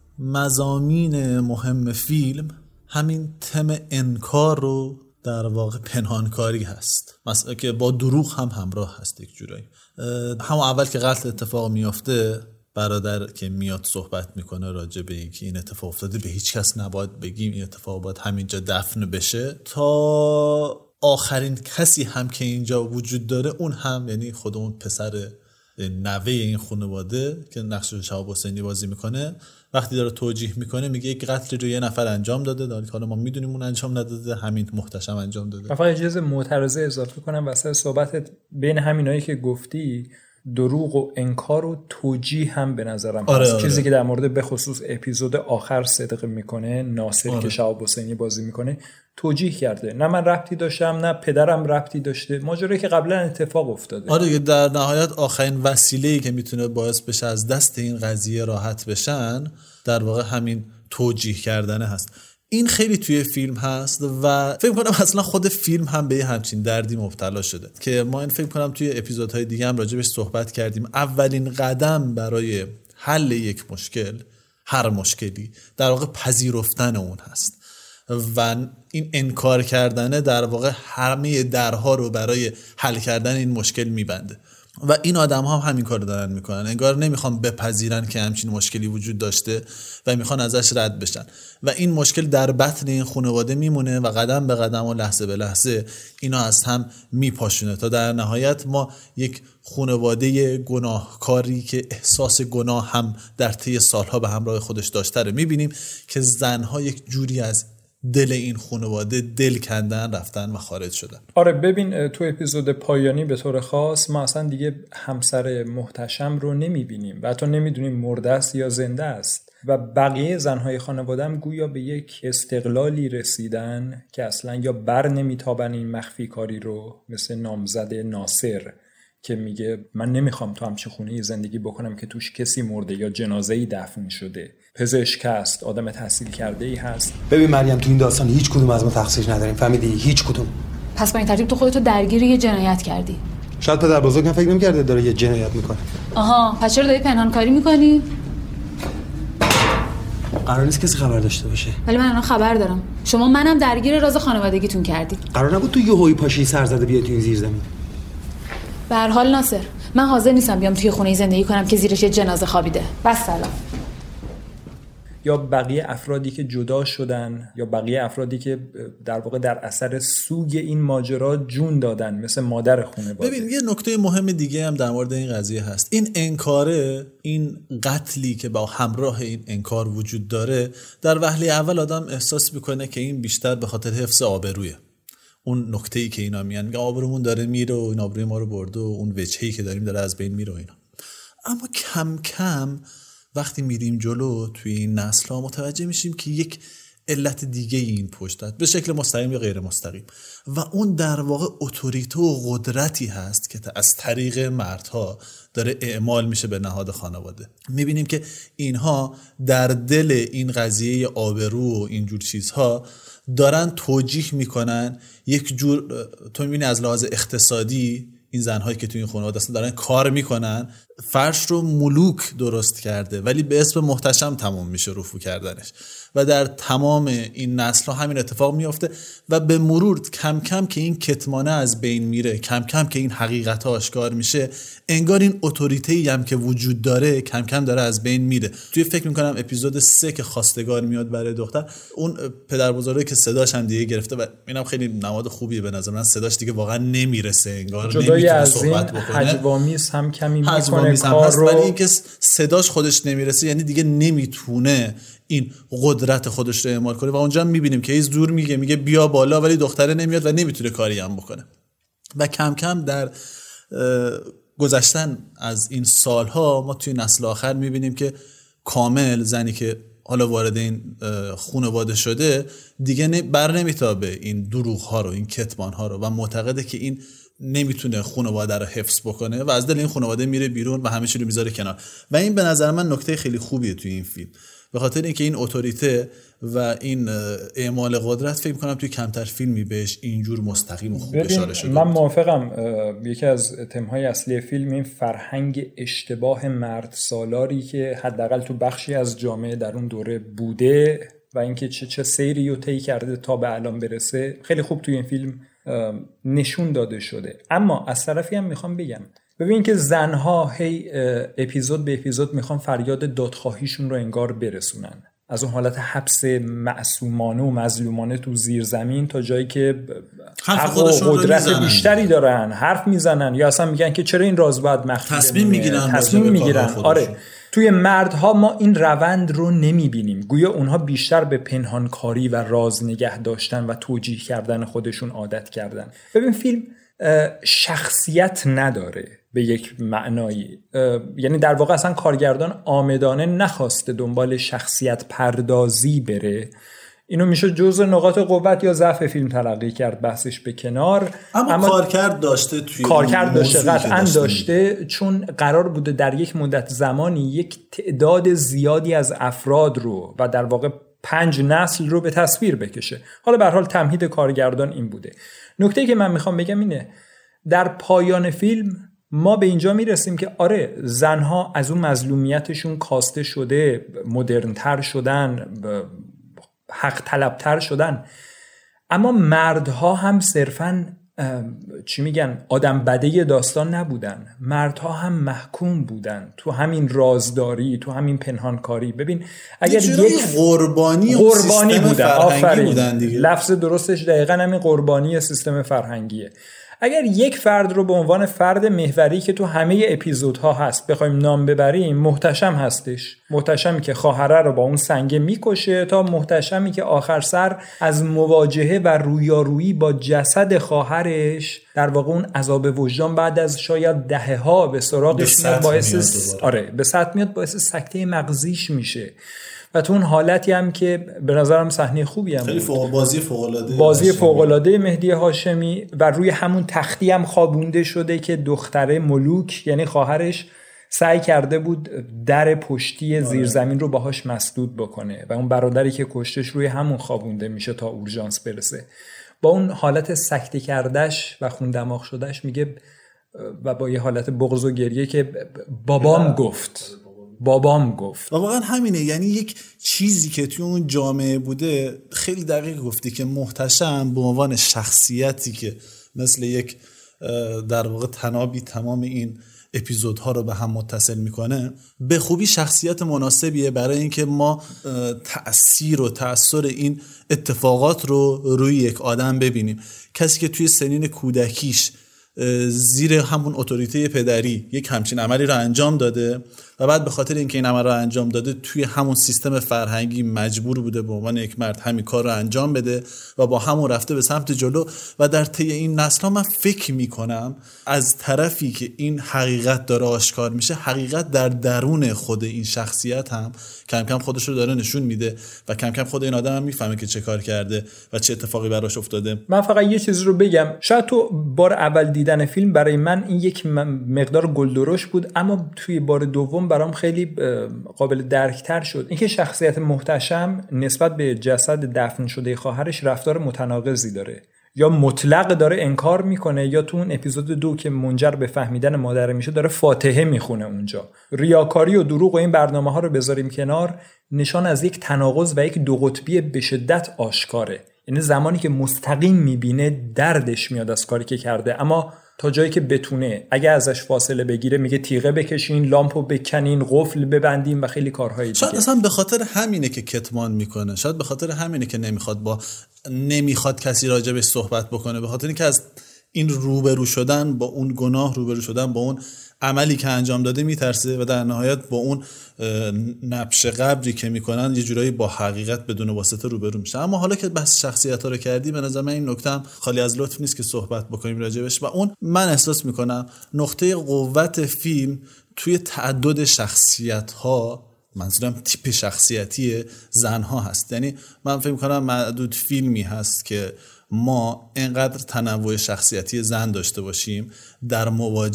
مضامین مهم فیلم همین تم انکار رو در واقع پنهانکاری هست، مثلا که با دروغ هم همراه هست یک جورایی. همون اول که قتل اتفاق میافته، برادر که میاد صحبت میکنه راجع به این که این اتفاق افتاده، به هیچ کس نباید بگیم، این اتفاق باید همینجا دفن بشه، تا آخرین کسی هم که اینجا وجود داره اون هم یعنی خود اون پسر نوه این خانواده که نقش شهاب حسینی بازی میکنه، وقتی داره توجیه میکنه میگه یک قتل رو یه نفر انجام داده، در حالی ما میدونیم اون انجام نداده، همین محتشم انجام داده. فقط اجازه معترضه اضافه کنم واسه صحبتت بین همینایی که گفتی، دروغ و انکار و توجیه هم به نظرم هست. چیزی که در مورد به خصوص اپیزود آخر صدق میکنه ناصر که شهاب حسینی بازی میکنه توجیه کرده، نه من ربطی داشتم نه پدرم ربطی داشته، ماجرایی که قبلا اتفاق افتاده. در نهایت آخرین وسیله‌ای که میتونه باعث بشه از دست این قضیه راحت بشن در واقع همین توجیه کردنه هست. این خیلی توی فیلم هست و فکر کنم اصلا خود فیلم هم به همچین دردی مبتلا شده که ما این فکر کنم توی اپیزودهای دیگه هم راجبش صحبت کردیم. اولین قدم برای حل یک مشکل، هر مشکلی، در واقع پذیرفتن اون هست و این انکار کردنه در واقع همه درها رو برای حل کردن این مشکل میبنده و این آدم هم همین کار دارن میکنن، انگار نمیخوان بپذیرن که همچین مشکلی وجود داشته و میخوان ازش رد بشن و این مشکل در بطن این خانواده میمونه و قدم به قدم و لحظه به لحظه اینا از هم میپاشونه تا در نهایت ما یک خانواده گناهکاری که احساس گناه هم در طی سالها به همراه خودش داشته رو میبینیم که زنها یک جوری از دل این خانواده دل کندن رفتن و خارج شدن. آره ببین، تو اپیزود پایانی به طور خاص ما اصلا دیگه همسر محتشم رو نمیبینیم و حتی نمیدونیم مرده است یا زنده است و بقیه زنهای خانواده‌ام گویا به یک استقلالی رسیدن که اصلا یا بر نمیتابن این مخفی کاری رو، مثل نامزد ناصر که میگه من نمیخوام تو همچین خونه زندگی بکنم که توش کسی مرده یا جنازه‌ای دفن شده. پزشک است، آدم تحصیل کرده‌ای هست. ببین مریم، تو این داستان هیچ کدوم از ما تقصیر نداریم، فهمیدی؟ هیچ کدوم. پس با این ترتیب تو خودتو درگیر یه جنایت کردی. شاید پدر بزرگم فکر نمی‌کرده داره یه جنایت میکنه. آها، پس چرا داری پنهانکاری میکنی؟ قرار نیست کسی خبر داشته باشه. ولی من الان خبر دارم. شما منم درگیر راز خانوادگیتون کردی. قرار نبود تو یه هوی پاشی سرزده بیای تو این زیرزمین. به هر حال ناصر، من حاضر نیستم بیام توی خونه زندگی کنم که زیرش یه جنازه خوابیده. بس سلام. یا بقیه افرادی که جدا شدن، یا بقیه افرادی که در واقع در اثر سوگ این ماجرا جون دادن، مثل مادر خانواده. ببین یه نکته مهم دیگه هم در مورد این قضیه هست. این انکاره، این قتلی که با همراه این انکار وجود داره، در وهله اول آدم احساس میکنه که این بیشتر به خاطر حفظ آبرویه. اون نکته‌ای که اینا میگن آبرومون داره میره و این آبروی ما رو برده و اون وجهی که داریم داره از بین میره و اینا. اما کم کم وقتی میریم جلو توی این نسل‌ها متوجه میشیم که یک علت دیگه این پشت هست، به شکل مستقیم یا غیر مستقیم، و اون در واقع اتوریته و قدرتی هست که از طریق مردها داره اعمال میشه به نهاد خانواده. میبینیم که اینها در دل این قضیه آبرو و اینجور چیزها دارن توجیه میکنن یک جور، تو میبینی از لحاظ اقتصادی این زنهایی که توی این خانواده هستن دارن کار میکنن، فرش رو ملوک درست کرده ولی به اسم محتشم تمام میشه رفو کردنش، و در تمام این نسل ها همین اتفاق میفته و به مرور کم کم که این کتمانه از بین میره، کم کم که این حقیقت ها آشکار میشه، انگار این اتوریته‌ای هم که وجود داره کم کم داره از بین میره. توی فکر میکنم اپیزود 3 که خواستگار میاد برای دختر، اون پدر بزرگی که صداش هم دیگه گرفته و اینم خیلی نماد خوبیه به نظر من، صداش دیگه واقعا نمیرسه، انگار نمیتونه صحبت بکنه. هجوامیز هم کمی میکنه کار رو، ولی اینکه صداش خودش نمیرسه یعنی دیگه نمیتونه این قدرت خودش رو اعمال کنه و اونجا هم میبینیم که ایز دور میگه بیا بالا، ولی دختره نمیاد و نمیتونه کاری هم بکنه. و کم کم در گذشتن از این سالها ما توی نسل آخر میبینیم که کامل زنی که حالا وارد این خانواده شده دیگه بر نمیتابه این دروغ ها رو، این کتمان ها رو، و معتقده که این نمیتونه خانواده رو حفظ بکنه و از دل این خانواده میره بیرون و همه چی رو میذاره کنار. و این به نظر من نکته خیلی خوبیه توی این فیلم، به خاطر اینکه این اتوریته و این اعمال قدرت فکر می‌کنم توی کمتر فیلمی بهش اینجور مستقیم و خوب اشاره شده. من موافقم. یکی از تم‌های اصلی فیلم این فرهنگ اشتباه مرد سالاری که حداقل تو بخشی از جامعه در اون دوره بوده و اینکه چه سیری رو طی کرده تا به الان برسه خیلی خوب توی این فیلم نشون داده شده. اما از طرفی هم میخوام بگم ببین که زنها هی اپیزود به اپیزود میخوان فریاد دادخواهیشون رو انگار برسونن، از اون حالت حبس معصومانه و مظلومانه تو زیر زمین تا جایی که حق و قدرت بیشتری دارن، حرف میزنن یا اصلا میگن که چرا این راز باید مخفی تصمیم میگیرن. آره، توی مردها ما این روند رو نمیبینیم، گویا اونها بیشتر به پنهانکاری و راز نگه داشتن و توجیه کردن خودشون عادت کردن. ببین فیلم شخصیت نداره به یک معنایی، یعنی در واقع اصلا کارگردان آمدانه نخواسته دنبال شخصیت پردازی بره. اینو میشه جزء نقاط قوت یا ضعف فیلم تلقی کرد، بحثش به کنار. اما کارکرد داشته، توی کارکرد داشته، قطعا داشته، چون قرار بوده در یک مدت زمانی یک تعداد زیادی از افراد رو و در واقع 5 نسل رو به تصویر بکشه. حالا به هر حال تمهید کارگردان این بوده. نکته‌ای که من میخوام بگم اینه، در پایان فیلم ما به اینجا میرسیم که آره، زنها از اون مظلومیتشون کاسته شده، مدرن‌تر شدن، حق طلبتر شدن، اما مردها هم صرفاً چی میگن آدم بده داستان نبودن، مردها هم محکوم بودن تو همین رازداری، تو همین پنهانکاری. ببین اگر یک قربانی بودن، آفرین، لفظ درستش دقیقاً همین قربانی سیستم فرهنگیه. اگر یک فرد رو به عنوان فرد محوری که تو همه اپیزودها هست بخوایم نام ببریم، محتشم هستش. محتشمی که خواهره رو با اون سنگه میکشه تا محتشمی که آخر سر از مواجهه و رویارویی با جسد خواهرش در واقع اون عذاب وجدان بعد از شاید دهه‌ها به سراغش میاد، باعث به سطح میاد، باعث سکته مغزیش میشه. و تو اون حالتی هم که به نظرم صحنه خوبی هم خیلی بازی فوق‌العاده مهدی هاشمی و روی همون تختی هم خوابونده شده که دختره ملوک یعنی خواهرش سعی کرده بود در پشتی زیرزمین رو باهاش مسدود بکنه و اون برادری که کشتش روی همون خوابونده میشه تا اورژانس برسه. با اون حالت سکته کردش و خون دماغ شدش میگه و با یه حالت بغض و گریه که بابام گفت و واقعا همینه. یعنی یک چیزی که توی اون جامعه بوده خیلی دقیق گفتی که محتشم به عنوان شخصیتی که مثل یک در واقع تنابی تمام این اپیزودها رو به هم متصل میکنه، به خوبی شخصیت مناسبیه برای اینکه ما تأثیر و تأثیر این اتفاقات رو روی یک آدم ببینیم. کسی که توی سنین کودکیش زیر همون اتوریته پدری یک همچین عملی رو انجام داده و بعد به خاطر اینکه این عمل رو انجام داده توی همون سیستم فرهنگی مجبور بوده به عنوان یک مرد همین کار رو انجام بده و با همون رفته به سمت جلو و در طی این نسل‌ها من فکر می‌کنم از طرفی که این حقیقت داره آشکار میشه، حقیقت در درون خود این شخصیت هم کم کم خودش رو داره نشون میده و کم کم خود این آدم هم میفهمه که چه کار کرده و چه اتفاقی براش افتاده. من فقط یه چیز رو بگم، شاید تو بار اول دیدن فیلم برای من این یک مقدار گلدرش بود، اما توی بار دوم برام خیلی قابل درک‌تر شد. اینکه شخصیت محتشم نسبت به جسد دفن شده خواهرش رفتار متناقضی داره، یا مطلق داره انکار میکنه، یا تو اون اپیزود 2 که منجر به فهمیدن مادر میشه داره فاتحه میخونه. اونجا ریاکاری و دروغ و این برنامه ها رو بذاریم کنار، نشان از یک تناقض و یک دو قطبی به شدت آشکاره. یعنی زمانی که مستقیم میبینه دردش میاد از کاری که کرده، اما تا جایی که بتونه اگه ازش فاصله بگیره میگه تیغه بکشین، لامپو بکنین، قفل ببندین و خیلی کارهای دیگه. شاید اصلا به خاطر همینه که کتمان میکنه، شاید به خاطر همینه که نمیخواد کسی راجبش صحبت بکنه، به خاطر اینکه از این روبرو شدن با اون گناه، روبرو شدن با اون عملی که انجام داده میترسه و در نهایت با اون نبش قبری که میکنن یه جورایی با حقیقت بدون واسطه روبرو میشه. اما حالا که بحث شخصیت‌ها رو کردی، به نظر من این نکته هم خالی از لطف نیست که صحبت بکنیم راجبش و اون من احساس میکنم نقطه قوت فیلم توی تعدد شخصیت‌ها، منظورم تیپ شخصیتی زنها هست. یعنی من فکر میکنم معدود فیلمی هست که ما اینقدر تنوع شخصیتی زن داشته باشیم در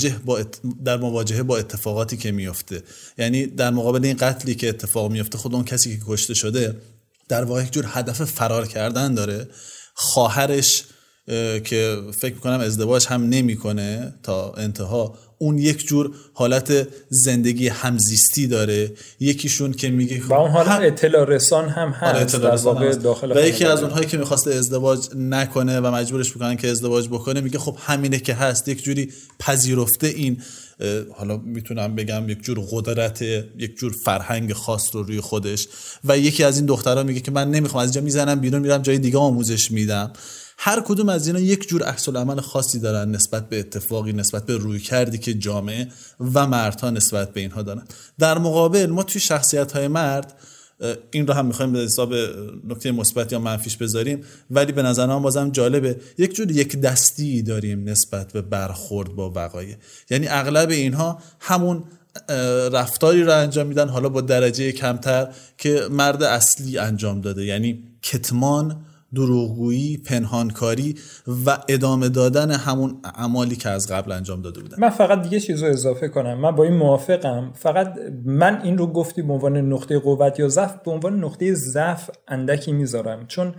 مواجهه با اتفاقاتی که میفته. یعنی در مقابل این قتلی که اتفاق میفته، خود اون کسی که کشته شده در واقع یک جور هدف فرار کردن داره. خواهرش که فکر میکنم ازدواج هم نمیکنه تا انتها، اون یک جور حالت زندگی همزیستی داره. یکیشون که میگه و اون حالت اطلاع رسان هم هست در واقع داخل، و یکی از اونهایی که میخواسته ازدواج نکنه و مجبورش میکنن که ازدواج بکنه میگه خب همینه که هست، یک جوری پذیرفته این، حالا میتونم بگم یک جور قدرت، یک جور فرهنگ خاص رو روی خودش. و یکی از این دخترها میگه که من نمیخوام، از اینجا میزنم بیرون، میرم جای دیگه آموزش میدم. هر کدوم از اینا یک جور عکس العمل خاصی دارن نسبت به اتفاقی، نسبت به رویکردی که جامعه و مردها نسبت به اینها دارن. در مقابل ما توی شخصیت‌های مرد این رو هم می‌خوایم به حساب نکته مثبت یا منفیش بذاریم، ولی به نظر من بازم جالبه یک جور یک دستی داریم نسبت به برخورد با وقایع. یعنی اغلب اینها همون رفتاری رو انجام میدن، حالا با درجه کمتر، که مرد اصلی انجام داده. یعنی کتمان، دروغگویی، پنهانکاری و ادامه دادن همون اعمالی که از قبل انجام داده بودن. من فقط دیگه چیز رو اضافه کنم، من با این موافقم. فقط من این رو گفتی به عنوان نقطه قوت یا ضعف، به عنوان نقطه ضعف اندکی میذارم، چون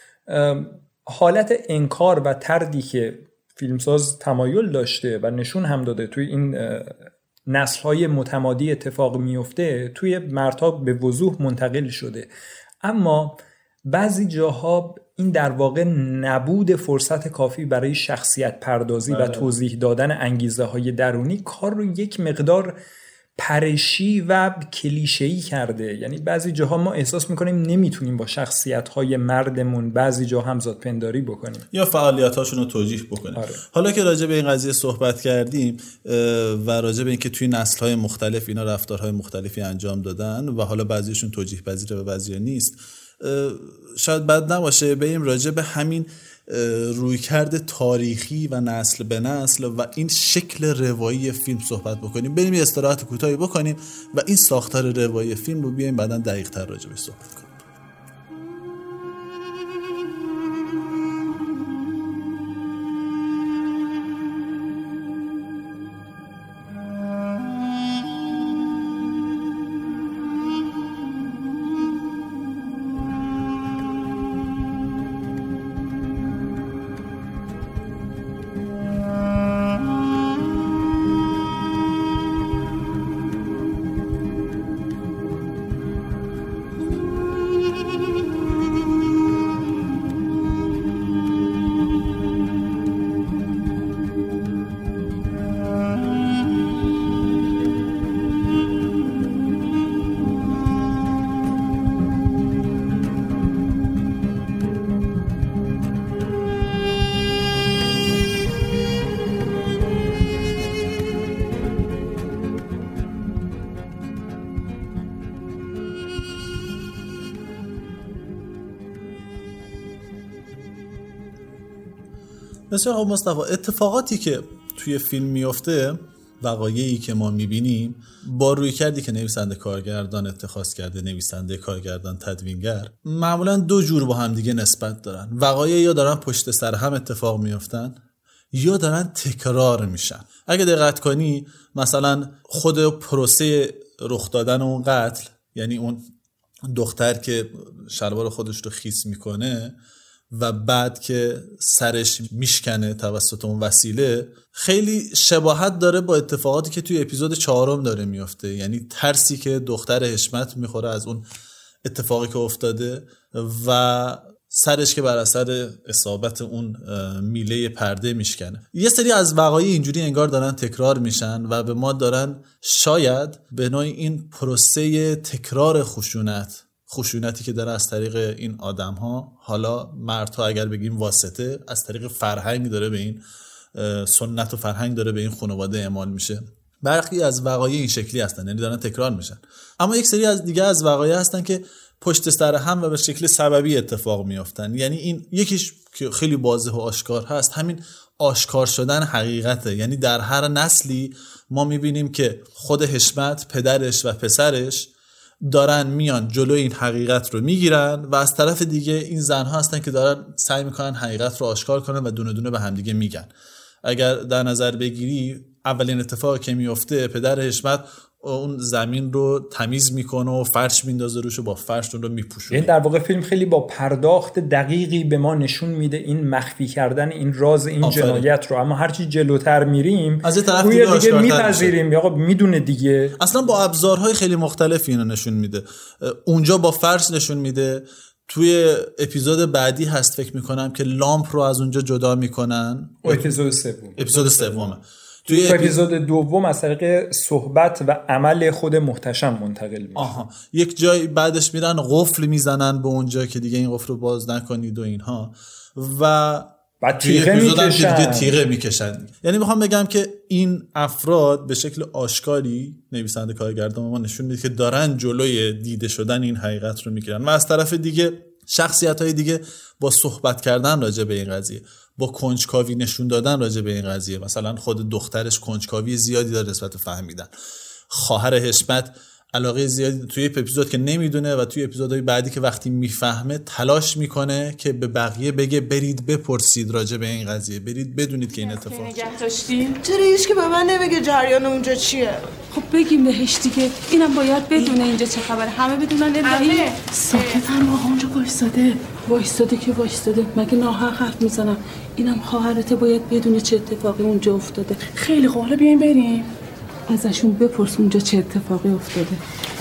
حالت انکار و تردی که فیلمساز تمایل داشته و نشون هم داده توی این نسل‌های متمادی اتفاق میفته، توی مردها به وضوح منتقل شده. اما بعضی جاها این در واقع نبود فرصت کافی برای شخصیت پردازی و توضیح دادن انگیزه های درونی کار رو یک مقدار پرشی و کلیشه‌ای کرده. یعنی بعضی جاها ما احساس میکنیم نمیتونیم با شخصیت های مردمون بعضی جا همزاد پنداری بکنیم یا فعالیت هاشون رو توجیه بکنیم. حالا که راجع به این قضیه صحبت کردیم و راجع به این که توی نسل های مختلف اینا رفتارهای مختلفی انجام دادن و حالا بعضیشون توجیه پذیره و بعضی نیست، شاید بد نباشه بریم راجع به همین رویکرد تاریخی و نسل به نسل و این شکل روایی فیلم صحبت بکنیم. بریم یه استراحت کوتاهی بکنیم و این ساختار روایی فیلم رو بیایم بعداً دقیق‌تر راجع بهش صحبت کنیم. بسیار خوب مصطفی، اتفاقاتی که توی فیلم میفته، وقایعی که ما میبینیم با رویکردی که نویسنده کارگردان اتخاذ کرده، نویسنده کارگردان تدوینگر، معمولا دو جور با هم دیگه نسبت دارن. وقایع یا دارن پشت سر هم اتفاق میفتن یا دارن تکرار میشن. اگه دقت کنی مثلا خود پروسه رخ دادن اون قتل، یعنی اون دختر که شلوار خودش رو خیس میکنه و بعد که سرش میشکنه توسط اون وسیله، خیلی شباهت داره با اتفاقاتی که توی اپیزود 4 داره میفته. یعنی ترسی که دختر حشمت میخوره از اون اتفاقی که افتاده و سرش که بر اثر اصابت اون میله پرده میشکنه. یه سری از وقایع اینجوری انگار دارن تکرار میشن و به ما دارن شاید به نوعی این پروسه تکرار خشونتی که داره از طریق این آدم ها، حالا مردها اگر بگیم واسطه، از طریق فرهنگ داره به این سنت و فرهنگ داره به این خانواده اعمال میشه. برخی از وقایع این شکلی هستن، یعنی دارن تکرار میشن. اما یک سری از دیگه از وقایع هستن که پشت سر هم و به شکل سببی اتفاق میافتن. یعنی این یکیش که خیلی واضح و آشکار هست، همین آشکار شدن حقیقته. یعنی در هر نسلی ما میبینیم که خود حشمت، پدرش و پسرش دارن میان جلوی این حقیقت رو میگیرن و از طرف دیگه این زنها هستن که دارن سعی میکنن حقیقت رو آشکار کنن و دونه دونه به هم دیگه میگن. اگر در نظر بگیری اولین اتفاقی که میفته، پدر حشمت اون زمین رو تمیز میکنه و فرش میندازه روش و با فرش اون رو میپوشونه. این در واقع فیلم خیلی با پرداخت دقیقی به ما نشون میده این مخفی کردن این راز این جنایت رو، اما هرچی جلوتر میریم از این طرف دیگه میپذیریم یا میدونه دیگه. اصلا با ابزارهای خیلی مختلفی اینو نشون میده. اونجا با فرش نشون میده، توی اپیزود بعدی هست فکر میکنم که لامپ رو از اونجا جدا میکنن. اپیزود سومه. توی اپیزود دوم از طریق صحبت و عمل خود محتشم منتقل میشه. یک جای بعدش میرن قفل میزنن به اونجا که دیگه این قفل رو باز نکنید و اینها، و بعد تیغه میکشن. یعنی میخوام بگم که این افراد به شکل آشکاری، نویسنده کارگردان ما نشون میده که دارن جلوی دیده شدن این حقیقت رو میگیرن و از طرف دیگه شخصیت‌های دیگه با صحبت کردن راجع به این قضیه، با کنجکاوی نشون دادن راجع به این قضیه، مثلا خود دخترش کنجکاوی زیادی داره نسبت فهمیدن، خواهر حشمت علاقه زیادی توی اپیزود که نمیدونه و توی اپیزودهای بعدی که وقتی میفهمه تلاش میکنه که به بقیه بگه برید بپرسید راجع به این قضیه، برید بدونید که این اتفاق نگه داشتیم. چرا هیچ که به من نمیگه جریان اونجا چیه؟ خب بگیم بهش دیگه، اینم باید بدونه اینجا چه خبره، همه بدونن. الهی ساکت هم اونجا وایستاده که وایستاده، مگه ناحق حرف میزنم؟ اینم خواهرته، باید بدونه چه اتفاقی اونجا افتاده. خیلی خوبه، بیاین بریم ازشون بپرس اونجا چه اتفاقی افتاده.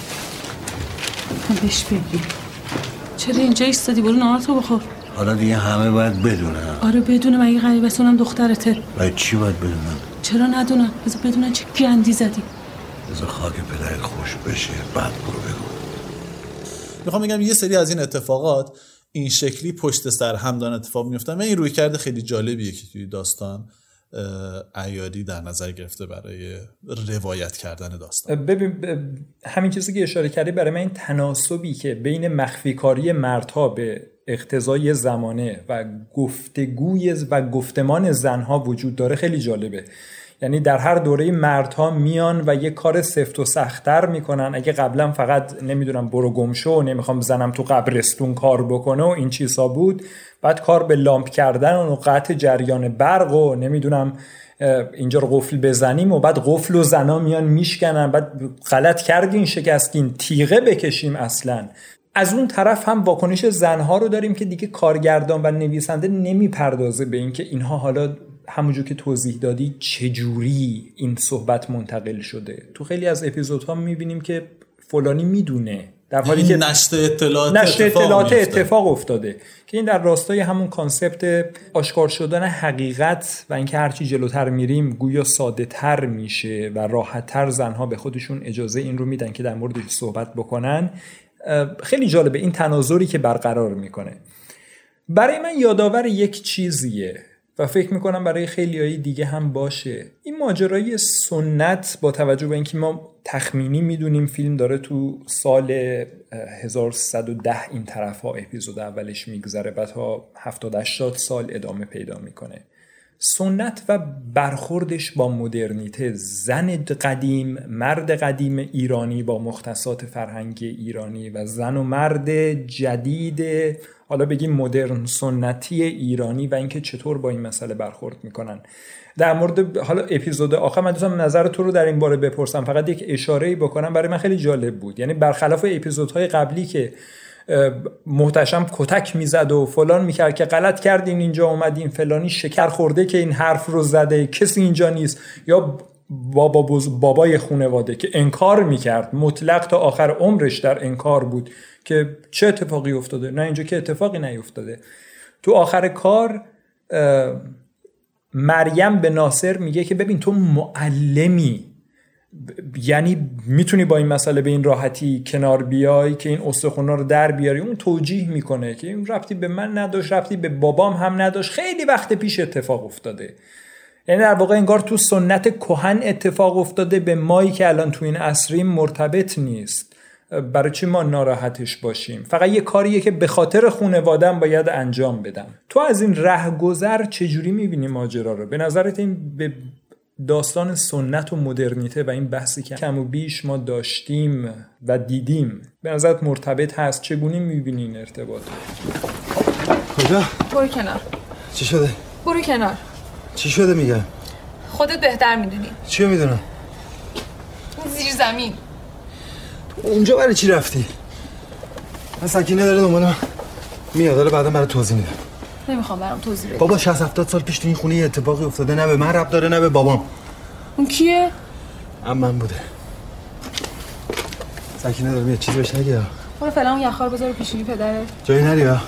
بهش بگیم. چرا اینجا ایستادی؟ برو نهارتو بخور. حالا دیگه همه باید بدونن. آره بدونه، مگه غریبه اونم دخترته. باید چی باید بدونن؟ چرا ندونن؟ بذار بدونن چه گندی زدی. بذار خاک پدرت خوش بشه بعد برو بگو. میخوام بگم یه سری از این اتفاقات این شکلی پشت سر هم دارن اتفاق میفتن و این رویکرد خیلی جالبیه که توی داستان عیاری در نظر گرفته برای روایت کردن داستان. ببین همین چیزی که اشاره کردی برای من این تناسبی که بین مخفی کاری مردها به اقتضای زمانه و گفتگوی و گفتمان زنها وجود داره خیلی جالبه. یعنی در هر دوره مردها میان و یه کار سفت و سخت‌تر میکنن. اگه قبلا فقط نمیدونم برو گم شو، نمیخوام زنم تو قبرستون کار بکنه و این چیزا بود، بعد کار به لامپ کردن و قطع جریان برق و نمیدونم اینجا رو قفل بزنیم و بعد قفل و زنا میان میشکنن، بعد غلط کردین شکستین تیغه بکشیم. اصلا از اون طرف هم واکنش زنها رو داریم که دیگه کارگردان و نویسنده نمیپردازه به این که اینها حالا همونجور که توضیح دادی چجوری این صحبت منتقل شده. تو خیلی از اپیزودها میبینیم که فلانی میدونه، در حالی که نشر اطلاعات اتفاق افتاده، که این در راستای همون کانسپت آشکار شدن حقیقت و اینکه هرچی جلوتر میریم گویا ساده تر میشه و راحت تر زنها به خودشون اجازه این رو میدن که در موردش صحبت بکنن. خیلی جالبه این تناظری که برقرار میکنه. برای من یادآور یک چیزیه و فکر میکنم برای خیلیای دیگه هم باشه. این ماجرای سنت، با توجه به اینکه ما تخمینی میدونیم فیلم داره تو سال 1310 این طرف ها اپیزود اولش میگذره و تا 70-80 سال ادامه پیدا میکنه. سنت و برخوردش با مدرنیته، زن قدیم، مرد قدیم ایرانی با مختصات فرهنگی ایرانی و زن و مرد جدید، حالا بگیم مدرن سنتی ایرانی، و اینکه چطور با این مسئله برخورد میکنن. در مورد حالا اپیزود آخر من دوستم نظر تو رو در این باره بپرسم، فقط یک اشاره‌ای بکنم، برای من خیلی جالب بود. یعنی برخلاف اپیزودهای قبلی که محتشم کتک میزد و فلان میکرد که غلط کردین اینجا اومدین، فلانی شکر خورده که این حرف رو زده، کسی اینجا نیست، یا بابای خانواده که انکار میکرد مطلق تا آخر عمرش در انکار بود که چه اتفاقی افتاده، نه اینجا که اتفاقی نیفتاده. تو آخر کار مریم به ناصر میگه که ببین تو معلمی، یعنی میتونی با این مسئله به این راحتی کنار بیای که این استخونا رو در بیاری. اون توجیه میکنه که این ربطی به من نداشت، ربطی به بابام هم نداشت، خیلی وقت پیش اتفاق افتاده. یعنی در واقع انگار تو سنت کهن اتفاق افتاده، به مایی که الان تو این عصریم مرتبط نیست. برای چی ما ناراحتش باشیم؟ فقط یه کاریه که به خاطر خانواده‌ام باید انجام بدم. تو از این رهگذر چجوری میبینی ماجرا رو؟ به نظرت این به داستان سنت و مدرنیته و این بحثی که کم و بیش ما داشتیم و دیدیم به نظرت مرتبط هست؟ چگونه میبینی این ارتباط؟ کجا؟ برو کنار. چی شده؟ برو کنار. چی شده میگم؟ خودت بهتر میدونی. چی میدونم؟ زیر زمین. اونجا برای چی رفتی؟ من سکینه داره دنبال من میاد، داره بعدا برای توضیح میدم. نمیخوام برام توضیح بدی. بابا 60-70 سال پیش تو این خونه اتفاقی افتاده، نه به من ربط داره نه به بابام. اون کیه؟ عمم بوده. سکینه داره میاد، چیزی بهش نگه. برو فعلا اون یخا رو بذار پیشونی پدرت. جایی نری ها.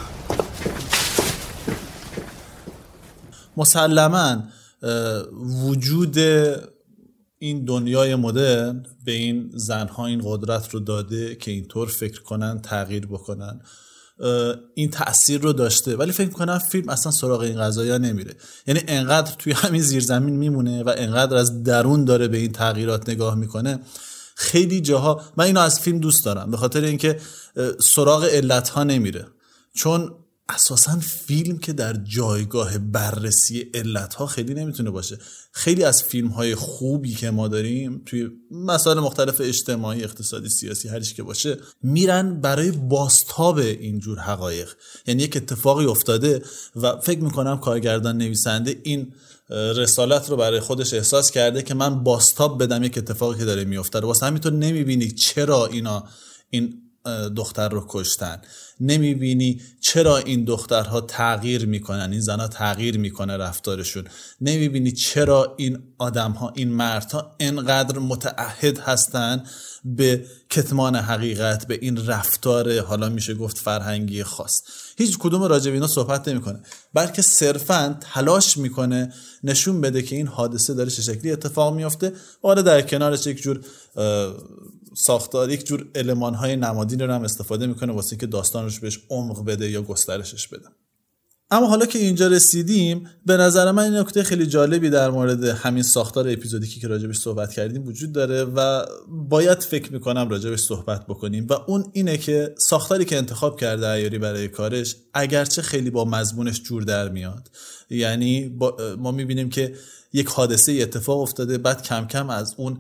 مسلماً وجود این دنیای مدرن به این زنها این قدرت رو داده که اینطور فکر کنن، تغییر بکنن. این تأثیر رو داشته، ولی فکر میکنم فیلم اصلا سراغ این قضایا نمیره. یعنی انقدر توی همین زیرزمین میمونه و انقدر از درون داره به این تغییرات نگاه میکنه. خیلی جاها من اینو از فیلم دوست دارم به خاطر اینکه سراغ علتها نمیره، چون اساساً فیلم که در جایگاه بررسی علتها خیلی نمیتونه باشه. خیلی از فیلم‌های خوبی که ما داریم توی مسائل مختلف اجتماعی، اقتصادی، سیاسی، هر چیزی که باشه، میرن برای بازتاب اینجور حقایق. یعنی یک اتفاقی افتاده و فکر میکنم کارگردان نویسنده این رسالت رو برای خودش احساس کرده که من بازتاب بدم یک اتفاقی که داره میفته. واسه همین تو نمیبینی چرا این دختر رو کشتن، نمیبینی چرا این دخترها تغییر میکنن، این زنها تغییر میکنه رفتارشون، نمیبینی چرا این آدمها، این مردها انقدر متعهد هستن به کتمان حقیقت، به این رفتار حالا میشه گفت فرهنگی خاص. هیچ کدوم راجع به اینا صحبت نمیکنه، بلکه صرفاً تلاش میکنه نشون بده که این حادثه داره چه شکلی اتفاق میفته، حالا در کنارش یک جور ساختار، یک جور المان‌های نمادین رو هم استفاده میکنه واسه اینکه داستانش بهش عمق بده یا گسترشش بده. اما حالا که اینجا رسیدیم، به نظر من این نکته خیلی جالبی در مورد همین ساختار اپیزودیکی که راجبش صحبت کردیم وجود داره و باید فکر میکنم راجبش صحبت بکنیم و اون اینه که ساختاری که انتخاب کرده عیاری برای کارش اگرچه خیلی با مضمونش جور در میاد. یعنی ما میبینیم که یک حادثه اتفاق افتاده، بعد کم کم از اون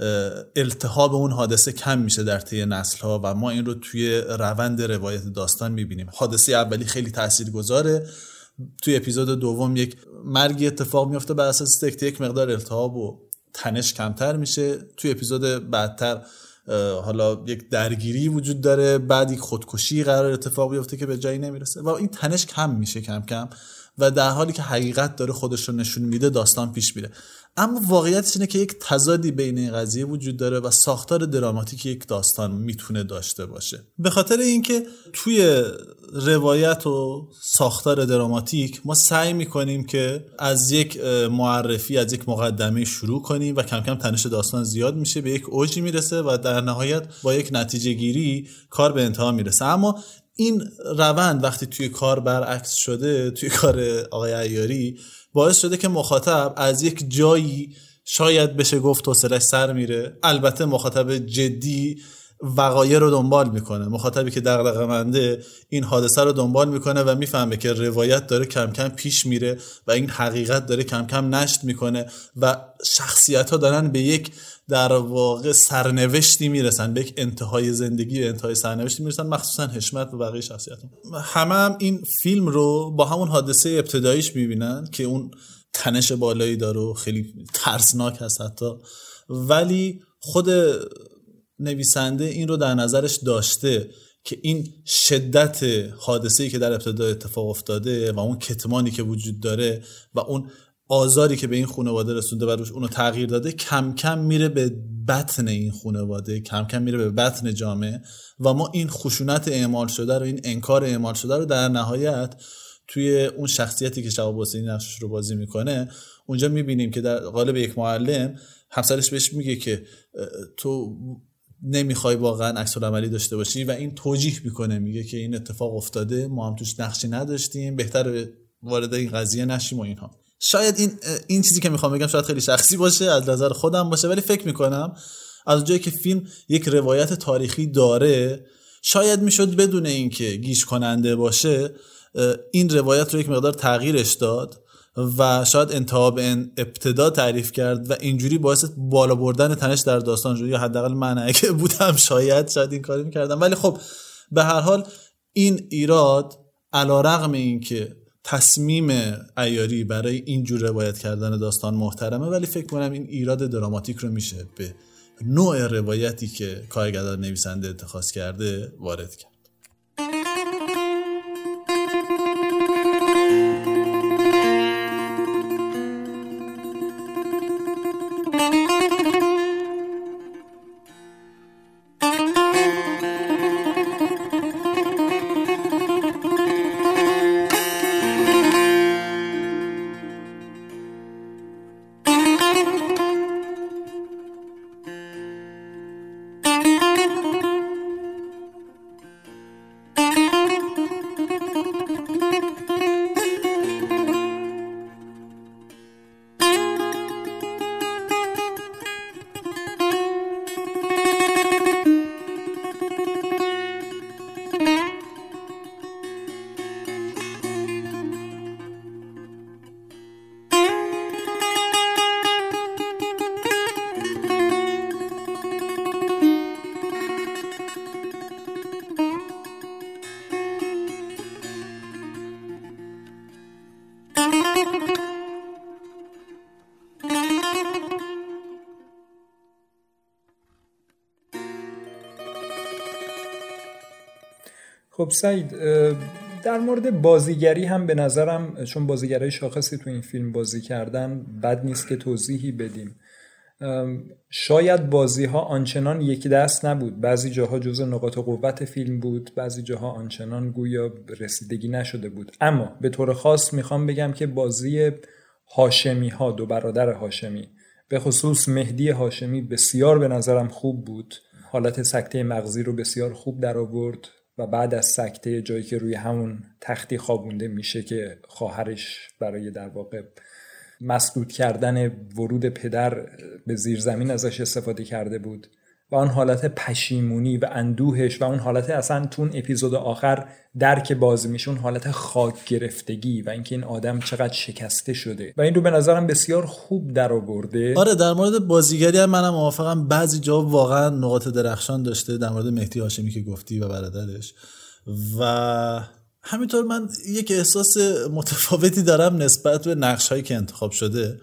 التهاب اون حادثه کم میشه در طی نسل‌ها و ما این رو توی روند روایت داستان میبینیم. حادثه اولی خیلی تاثیرگذاره، توی اپیزود دوم یک مرگی اتفاق میفته بر اساس سکته، یک مقدار التهاب و تنش کمتر میشه. توی اپیزود بعدتر حالا یک درگیری وجود داره، بعد یک خودکشی قرار اتفاق بیفته که به جایی نمیرسه و این تنش کم میشه کم کم و در حالی که حقیقت داره خودش رو نشون میده داستان پیش میره. اما واقعیتش اینه که یک تضادی بین این قضیه وجود داره و ساختار دراماتیک یک داستان میتونه داشته باشه. به خاطر اینکه توی روایت و ساختار دراماتیک ما سعی میکنیم که از یک معرفی، از یک مقدمه شروع کنیم و کم کم تنش داستان زیاد میشه، به یک اوجی میرسه و در نهایت با یک نتیجه گیری کار به انتها میرسه. اما این روند وقتی توی کار برعکس شده، توی کار آقای عیاری باعث شده که مخاطب از یک جایی شاید بشه گفت حوصله‌اش سر میره. البته مخاطب جدی وقایع رو دنبال میکنه، مخاطبی که دغدغه‌منده این حادثه رو دنبال میکنه و میفهمه که روایت داره کم کم پیش میره و این حقیقت داره کم کم نشت میکنه و شخصیت‌ها دارن به یک در واقع سرنوشتی میرسن، به یک انتهای زندگی و انتهای سرنوشتی میرسن، مخصوصا حشمت و بقیه شخصیت‌ها. هم این فیلم رو با همون حادثه ابتداییش میبینن که اون تنش بالایی داره و خیلی ترسناک هست حتی، ولی خود نویسنده این رو در نظرش داشته که این شدت حادثه‌ای که در ابتدا اتفاق افتاده و اون کتمانی که وجود داره و اون آزاری که به این خانواده رسونده و روش اونو تغییر داده کم کم میره به بطن این خانواده، کم کم میره به بطن جامعه و ما این خشونت اعمال شده رو، این انکار اعمال شده رو در نهایت توی اون شخصیتی که شهاب حسینی نقشش رو بازی میکنه اونجا میبینیم که در قالب یک معلم همسرش بهش میگه که تو نمیخوای واقعا عکس العملی داشته باشی و این توجیه میکنه، میگه که این اتفاق افتاده، ما هم توش نقشی نداشتیم، بهتره وارد این قضیه نشیم و اینها. شاید این چیزی که میخوام بگم شاید خیلی شخصی باشه، از نظر خودم باشه، ولی فکر میکنم از اونجایی که فیلم یک روایت تاریخی داره شاید میشد بدون اینکه گیج کننده باشه این روایت رو یک مقدار تغییرش داد و شاید انتها به ابتدا تعریف کرد و اینجوری باعث بالا بردن تنش در داستان شد، یا حداقل من اگه بودم شاید این کاری میکردم. ولی خب به هر حال این ایراد علیرغم اینکه تصمیم عیاری برای اینجور روایت کردن داستان محترمه، ولی فکر کنم این ایراد دراماتیک رو میشه به نوع روایتی که کارگردان نویسنده اتخاذ کرده وارد کرد. خب سعید، در مورد بازیگری هم به نظرم چون بازیگرای شاخصی تو این فیلم بازی کردن بد نیست که توضیحی بدیم. شاید بازی‌ها آنچنان یک دست نبود، بعضی جاها جزء نقاط قوت فیلم بود، بعضی جاها آنچنان گویا رسیدگی نشده بود. اما به طور خاص میخوام بگم که بازی هاشمی ها، دو برادر هاشمی، به خصوص مهدی هاشمی بسیار به نظرم خوب بود، حالت سکته مغزی رو بسیار خوب در آورد و بعد از سکته جایی که روی همون تختی خوابونده میشه که خواهرش برای در واقع مسدود کردن ورود پدر به زیرزمین ازش استفاده کرده بود و آن حالت پشیمونی و اندوهش و اون حالت اصلا تو اون اپیزود آخر درک باز میشه، اون حالت خاک گرفتگی و اینکه این آدم چقدر شکسته شده و این رو به نظرم بسیار خوب در آورده. آره در مورد بازیگری هم منم موافقم، بعضی جا واقعا نقاط درخشان داشته، در مورد مهدی هاشمی که گفتی و برادرش. و همینطور من یک احساس متفاوتی دارم نسبت به نقش‌هایی که انتخاب شده،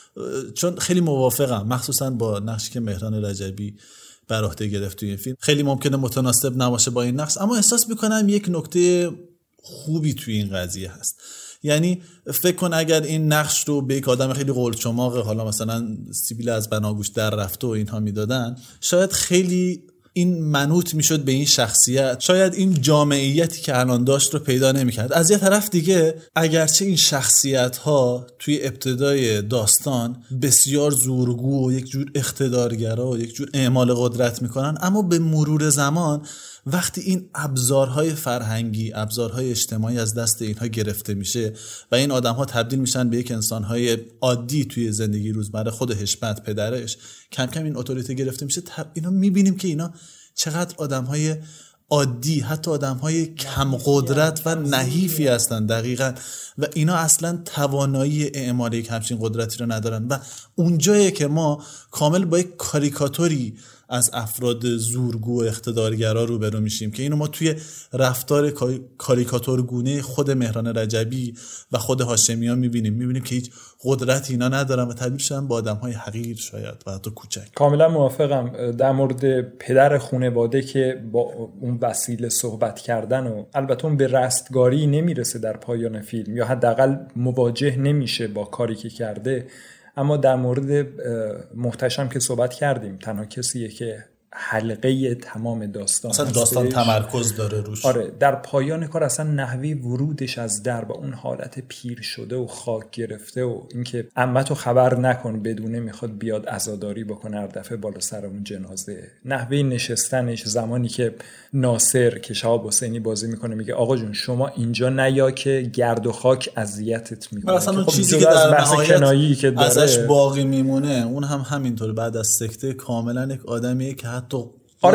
چون خیلی موافقم مخصوصا با نقشی که مهران رجبی بر عهده گرفت توی این فیلم. خیلی ممکنه متناسب نباشه با این نقش، اما احساس میکنم یک نکته خوبی توی این قضیه هست. یعنی فکر کن اگر این نقش رو به یک آدم خیلی قولچماق، حالا مثلا سیبیل از بناگوش در رفته و اینها میدادن، شاید خیلی این منوط میشد به این شخصیت، شاید این جامعیتی که الان داشت رو پیدا نمیکرد. از یه طرف دیگه اگرچه این شخصیت ها توی ابتدای داستان بسیار زورگو و یک جور اقتدارگرا و یک جور اعمال قدرت میکنن، اما به مرور زمان وقتی این ابزارهای فرهنگی، ابزارهای اجتماعی از دست اینها گرفته میشه و این آدمها تبدیل میشن به یک انسانهای عادی توی زندگی روزمره، خود حشمت پدرش، کم کم این اتوریته گرفته میشه. اینا میبینیم که اینا چقدر آدمهای عادی، حتی آدمهای کم قدرت و نحیفی هستن دقیقاً، و اینا اصلا توانایی اعمال یک همچین قدرتی رو ندارن و اونجایه که ما کامل با یک کاریکاتوری از افراد زورگو و اقتدارگرا روبرو میشیم که اینو ما توی رفتار کاریکاتورگونه خود مهران رجبی و خود هاشمیان میبینیم که هیچ قدرتی اینا ندارن و تبدیل شدن به آدم‌های حقیر شاید و حتی کوچک. کاملا موافقم در مورد پدر خانواده که با اون وسیله صحبت کردن و البته اون به رستگاری نمیرسه در پایان فیلم یا حداقل مواجه نمیشه با کاری که کرده، اما در مورد محتشم که صحبت کردیم، تنها کسیه که حلقه تمام داستان اصلا داستان تمرکز داره روش. آره در پایان کار اصلا نحوی ورودش از در با اون حالت پیر شده و خاک گرفته و اینکه عمتو خبر نکن بدونه میخواد بیاد عزاداری بکنه هر دفعه بالا سر اون جنازه، نحوه نشستنش زمانی که ناصر که شهاب حسینی بازی میکنه میگه آقا جون شما اینجا نیا که گرد و خاک اذیتت میکنه، اصلا اون چیزی که در نهایت ازش باقی میمونه اون هم همینطور بعد از سکته کاملا یک آدمیه که آره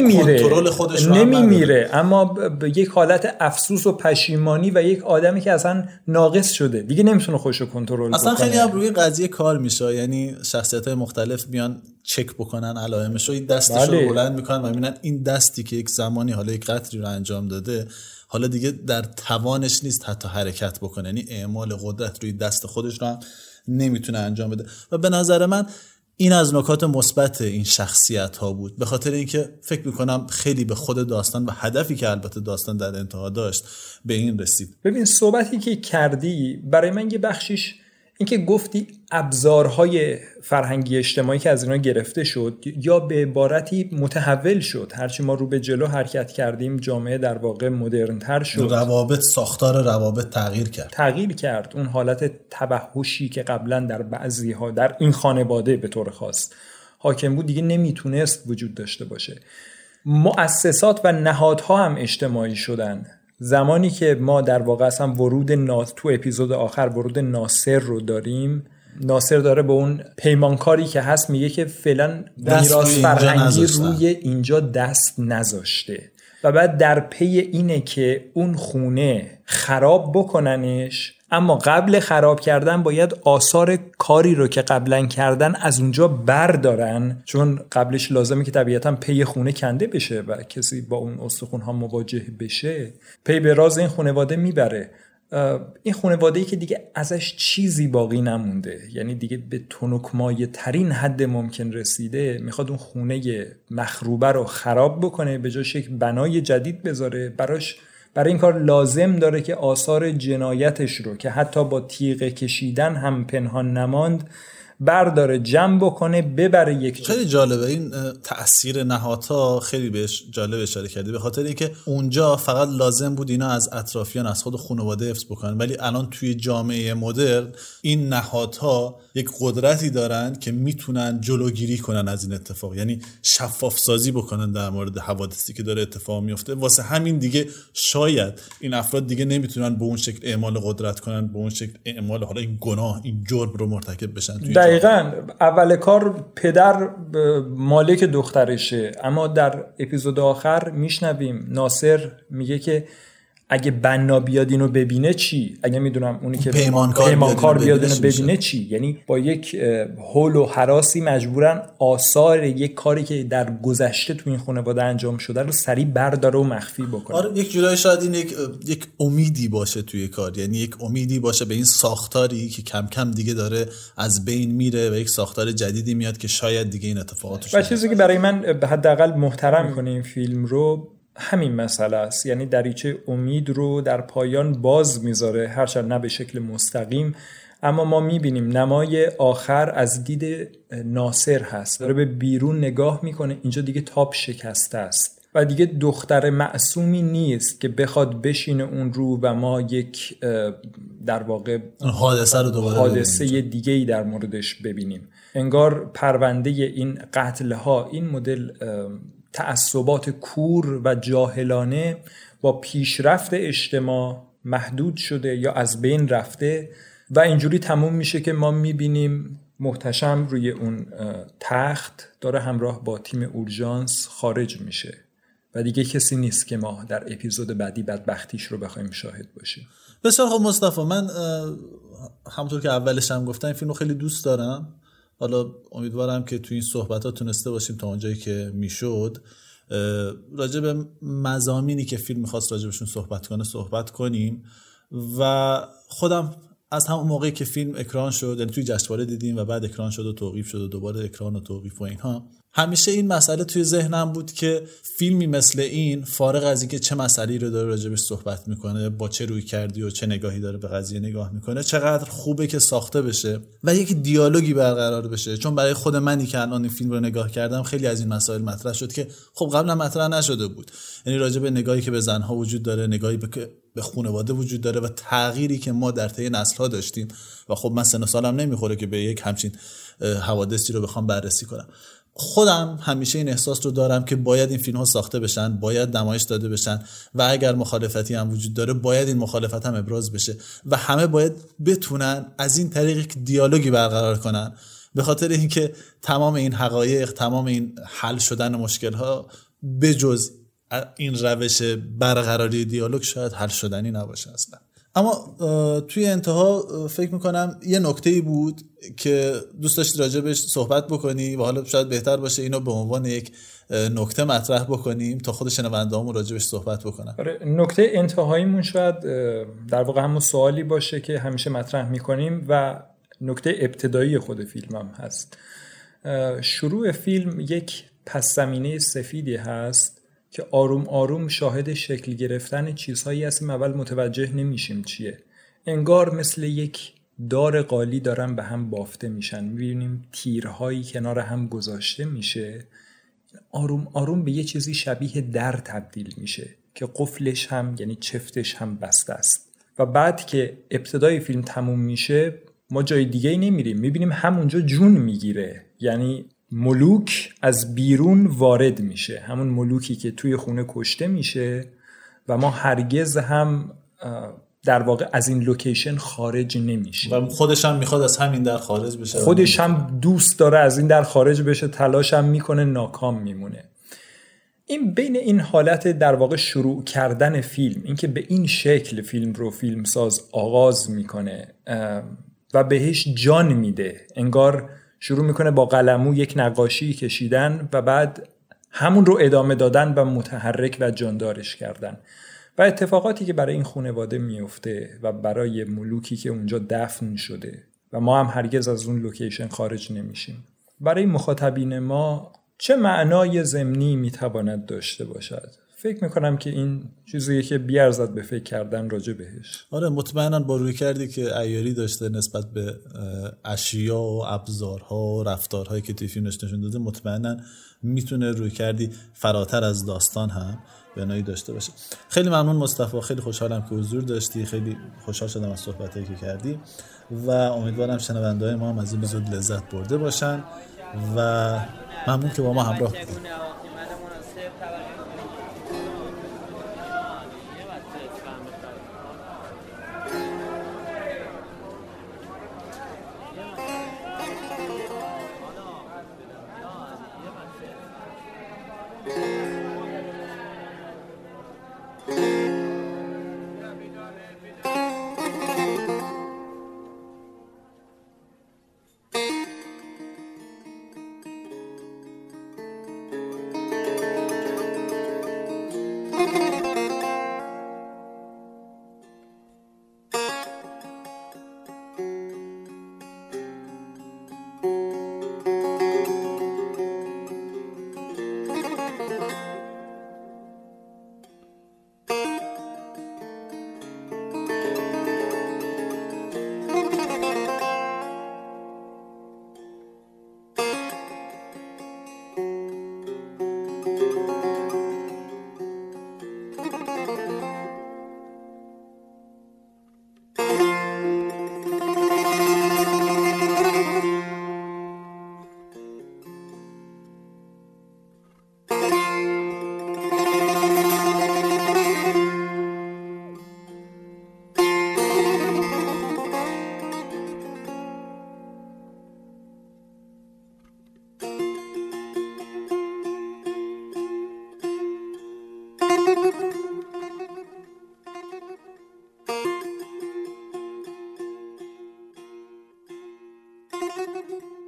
نمیمیره اما به یک حالت افسوس و پشیمانی و یک آدمی که اصلا ناقص شده دیگه نمیتونه خودشو کنترل بکنه. اصلا خیلی هم روی قضیه کار میشه، یعنی شخصیت‌های مختلف میان چک بکنن علائمش رو، این دستش رو بلند میکنن و میبینن این دستی که یک زمانی حالا یک قتلی رو انجام داده حالا دیگه در توانش نیست حتی حرکت بکنه، یعنی اعمال قدرت روی دست خودش رو هم نمیتونه انجام بده. و به نظر من این از نکات مثبت این شخصیت ها بود، به خاطر اینکه فکر میکنم خیلی به خود داستان و هدفی که البته داستان در انتها داشت به این رسید. ببین صحبتی که کردی برای من یه بخشیش اینکه گفتی ابزارهای فرهنگی اجتماعی که از اینا گرفته شد یا به عبارتی متحول شد، هرچی ما رو به جلو حرکت کردیم جامعه در واقع مدرن‌تر شد، روابط، ساختار روابط تغییر کرد. اون حالت تبهشی که قبلا در بعضی‌ها در این خانواده به طور خاص حاکم بود دیگه نمیتونست وجود داشته باشه. مؤسسات و نهادها هم اجتماعی شدن. زمانی که ما در واقع اصلا تو اپیزود آخر ورود ناصر رو داریم، ناصر داره به اون پیمانکاری که هست میگه که فعلا میراث فرهنگی روی اینجا دست نذاشته و بعد در پی اینه که اون خونه خراب بکننش، اما قبل خراب کردن باید آثار کاری رو که قبلا کردن از اونجا بردارن، چون قبلش لازمه که طبیعتا پی خونه کنده بشه و کسی با اون استخوان‌ها مواجه بشه. پی به راز این خانواده میبره، این خانواده‌ای که دیگه ازش چیزی باقی نمونده، یعنی دیگه به تنکمایه ترین حد ممکن رسیده، میخواد اون خونه مخروبه رو خراب بکنه، به جاش یک بنای جدید بذاره. برای این کار لازم داره که آثار جنایتش رو که حتی با تیغ کشیدن هم پنهان نماند برداره جمع بکنه ببره یک خیلی جالبه این تأثیر نهادها، خیلی بهش جالب اشاره کردی، به خاطر اینکه اونجا فقط لازم بود اینا از اطرافیان از خود خانواده حفظ بکنن، ولی الان توی جامعه مدرن این نهادها یک قدرتی دارن که میتونن جلوگیری کنن از این اتفاق، یعنی شفاف سازی بکنن در مورد حوادثی که داره اتفاق میفته. واسه همین دیگه شاید این افراد دیگه نمیتونن به اون شکل اعمال قدرت کنن، به اون شکل اعمال حالا این گناه، این جرم رو مرتکب بشن. دقیقاً اول کار پدر مالک دخترشه، اما در اپیزود آخر میشنویم ناصر میگه که اگه بنا بیاد اینو ببینه چی؟ اگه میدونم اونی که پیمانکار بیاد اینو ببینه چی؟ یعنی با یک هول و هراسی مجبورن آثار یک کاری که در گذشته تو این خانواده انجام شده رو سریع برداره و مخفی بکنه. آره یک جورایی شاید این یک امیدی باشه توی کار، یعنی یک امیدی باشه به این ساختاری که کم کم دیگه داره از بین میره و یک ساختار جدیدی میاد که شاید دیگه این اتفاقاتش. و چیزی که برای من حداقل محترم کنه این فیلم رو همین مسئله است، یعنی دریچه امید رو در پایان باز میذاره، هرچند نه به شکل مستقیم، اما ما میبینیم نمای آخر از دید ناصر هست، داره به بیرون نگاه میکنه، اینجا دیگه تاب شکسته است و دیگه دختر معصومی نیست که بخواد بشینه اون رو و ما یک در واقع حادثه دیگه‌ای در موردش ببینیم. انگار پرونده این قتل‌ها، این مدل تعصبات کور و جاهلانه با پیشرفت اجتماع محدود شده یا از بین رفته و اینجوری تموم میشه که ما میبینیم محتشم روی اون تخت داره همراه با تیم اورژانس خارج میشه و دیگه کسی نیست که ما در اپیزود بعدی بدبختیش رو بخوایم شاهد باشیم. بسیار خب مصطفی، من همونطور که اولش هم گفتم این فیلم رو خیلی دوست دارم. حالا امیدوارم که تو این صحبت‌ها تونسته باشیم تا اونجایی که میشد راجع به مضامینی که فیلم می‌خواست راجع بهشون صحبت کنیم و خودم از همون موقعی که فیلم اکران شد، یعنی توی جشنواره دیدیم و بعد اکران شد و توقیف شد و دوباره اکران و توقیف و اینها، همیشه این مسئله توی ذهنم بود که فیلمی مثل این فارغ از اینکه چه مسئله‌ای رو داره راجبش صحبت میکنه، با چه روی کردی و چه نگاهی داره به قضیه نگاه میکنه، چقدر خوبه که ساخته بشه و یک دیالوگی برقرار بشه. چون برای خود منی که الان این فیلم رو نگاه کردم خیلی از این مسائل مطرح شد که خب قبلا مطرح نشده بود، یعنی راجب نگاهی که به زنها وجود داره، نگاهی به خانواده وجود داره و تغییری که ما در طی نسل‌ها داشتیم و خب من سن و سالم نمیخوره که به یک همچین حوادثی رو بخوام بررسی کنم. خودم همیشه این احساس رو دارم که باید این فیلم ها ساخته بشن، باید نمایش داده بشن و اگر مخالفتی هم وجود داره باید این مخالفت هم ابراز بشه و همه باید بتونن از این طریق دیالوگی برقرار کنن، به خاطر اینکه تمام این حقایق، تمام این حل شدن مشکل ها بجز این روش برقراری دیالوگ شاید حل شدنی نباشه اصلا. اما توی انتها فکر میکنم یه نکته‌ای بود که دوست داشتی راجبش صحبت بکنی و حالا شاید بهتر باشه اینو به عنوان یک نکته مطرح بکنیم تا خود شنونده‌هامون راجبش صحبت بکنن. آره، نکته انتهاییمون شاید در واقع همون سوالی باشه که همیشه مطرح میکنیم و نکته ابتدایی خود فیلم هم هست. شروع فیلم یک پس زمینه سفیدی هست که آروم آروم شاهد شکل گرفتن چیزهایی هستیم، اول متوجه نمیشیم چیه، انگار مثل یک دار قالی دارن به هم بافته میشن، میبینیم تیرهایی کنار هم گذاشته میشه، آروم آروم به یه چیزی شبیه در تبدیل میشه که قفلش هم یعنی چفتش هم بسته است و بعد که ابتدای فیلم تموم میشه ما جای دیگه نمیریم، میبینیم همونجا جون میگیره، یعنی ملوک از بیرون وارد میشه، همون ملوکی که توی خونه کشته میشه و ما هرگز هم در واقع از این لوکیشن خارج نمیشه و خودش هم میخواد از همین در خارج بشه، خودش هم دوست داره از این در خارج بشه، تلاش هم میکنه، ناکام میمونه. این بین این حالت در واقع شروع کردن فیلم، اینکه به این شکل فیلم رو فیلمساز آغاز میکنه و بهش جان میده، انگار شروع میکنه با قلمو یک نقاشی کشیدن و بعد همون رو ادامه دادن و متحرک و جاندارش کردن و اتفاقاتی که برای این خانواده میفته و برای ملوکی که اونجا دفن شده و ما هم هرگز از اون لوکیشن خارج نمیشیم. برای مخاطبین ما چه معنای ضمنی میتواند داشته باشد؟ فکر میکنم که این چیزیه که بیارزد به فکر کردن راجع بهش. آره مطمئنا با روی کردی که عیاری داشته نسبت به اشیا و ابزارها و رفتارهایی که توی فیلمش نشون داده، مطمئنا میتونه روی کردی فراتر از داستان هم بنایی داشته باشه. خیلی ممنون مصطفی، خیلی خوشحالم که حضور داشتی، خیلی خوشحال شدم از صحبتایی که کردی و امیدوارم شنونده‌های ما هم از این اپیزود لذت برده باشن و ممنون که با ما همراه بودید. Thank you.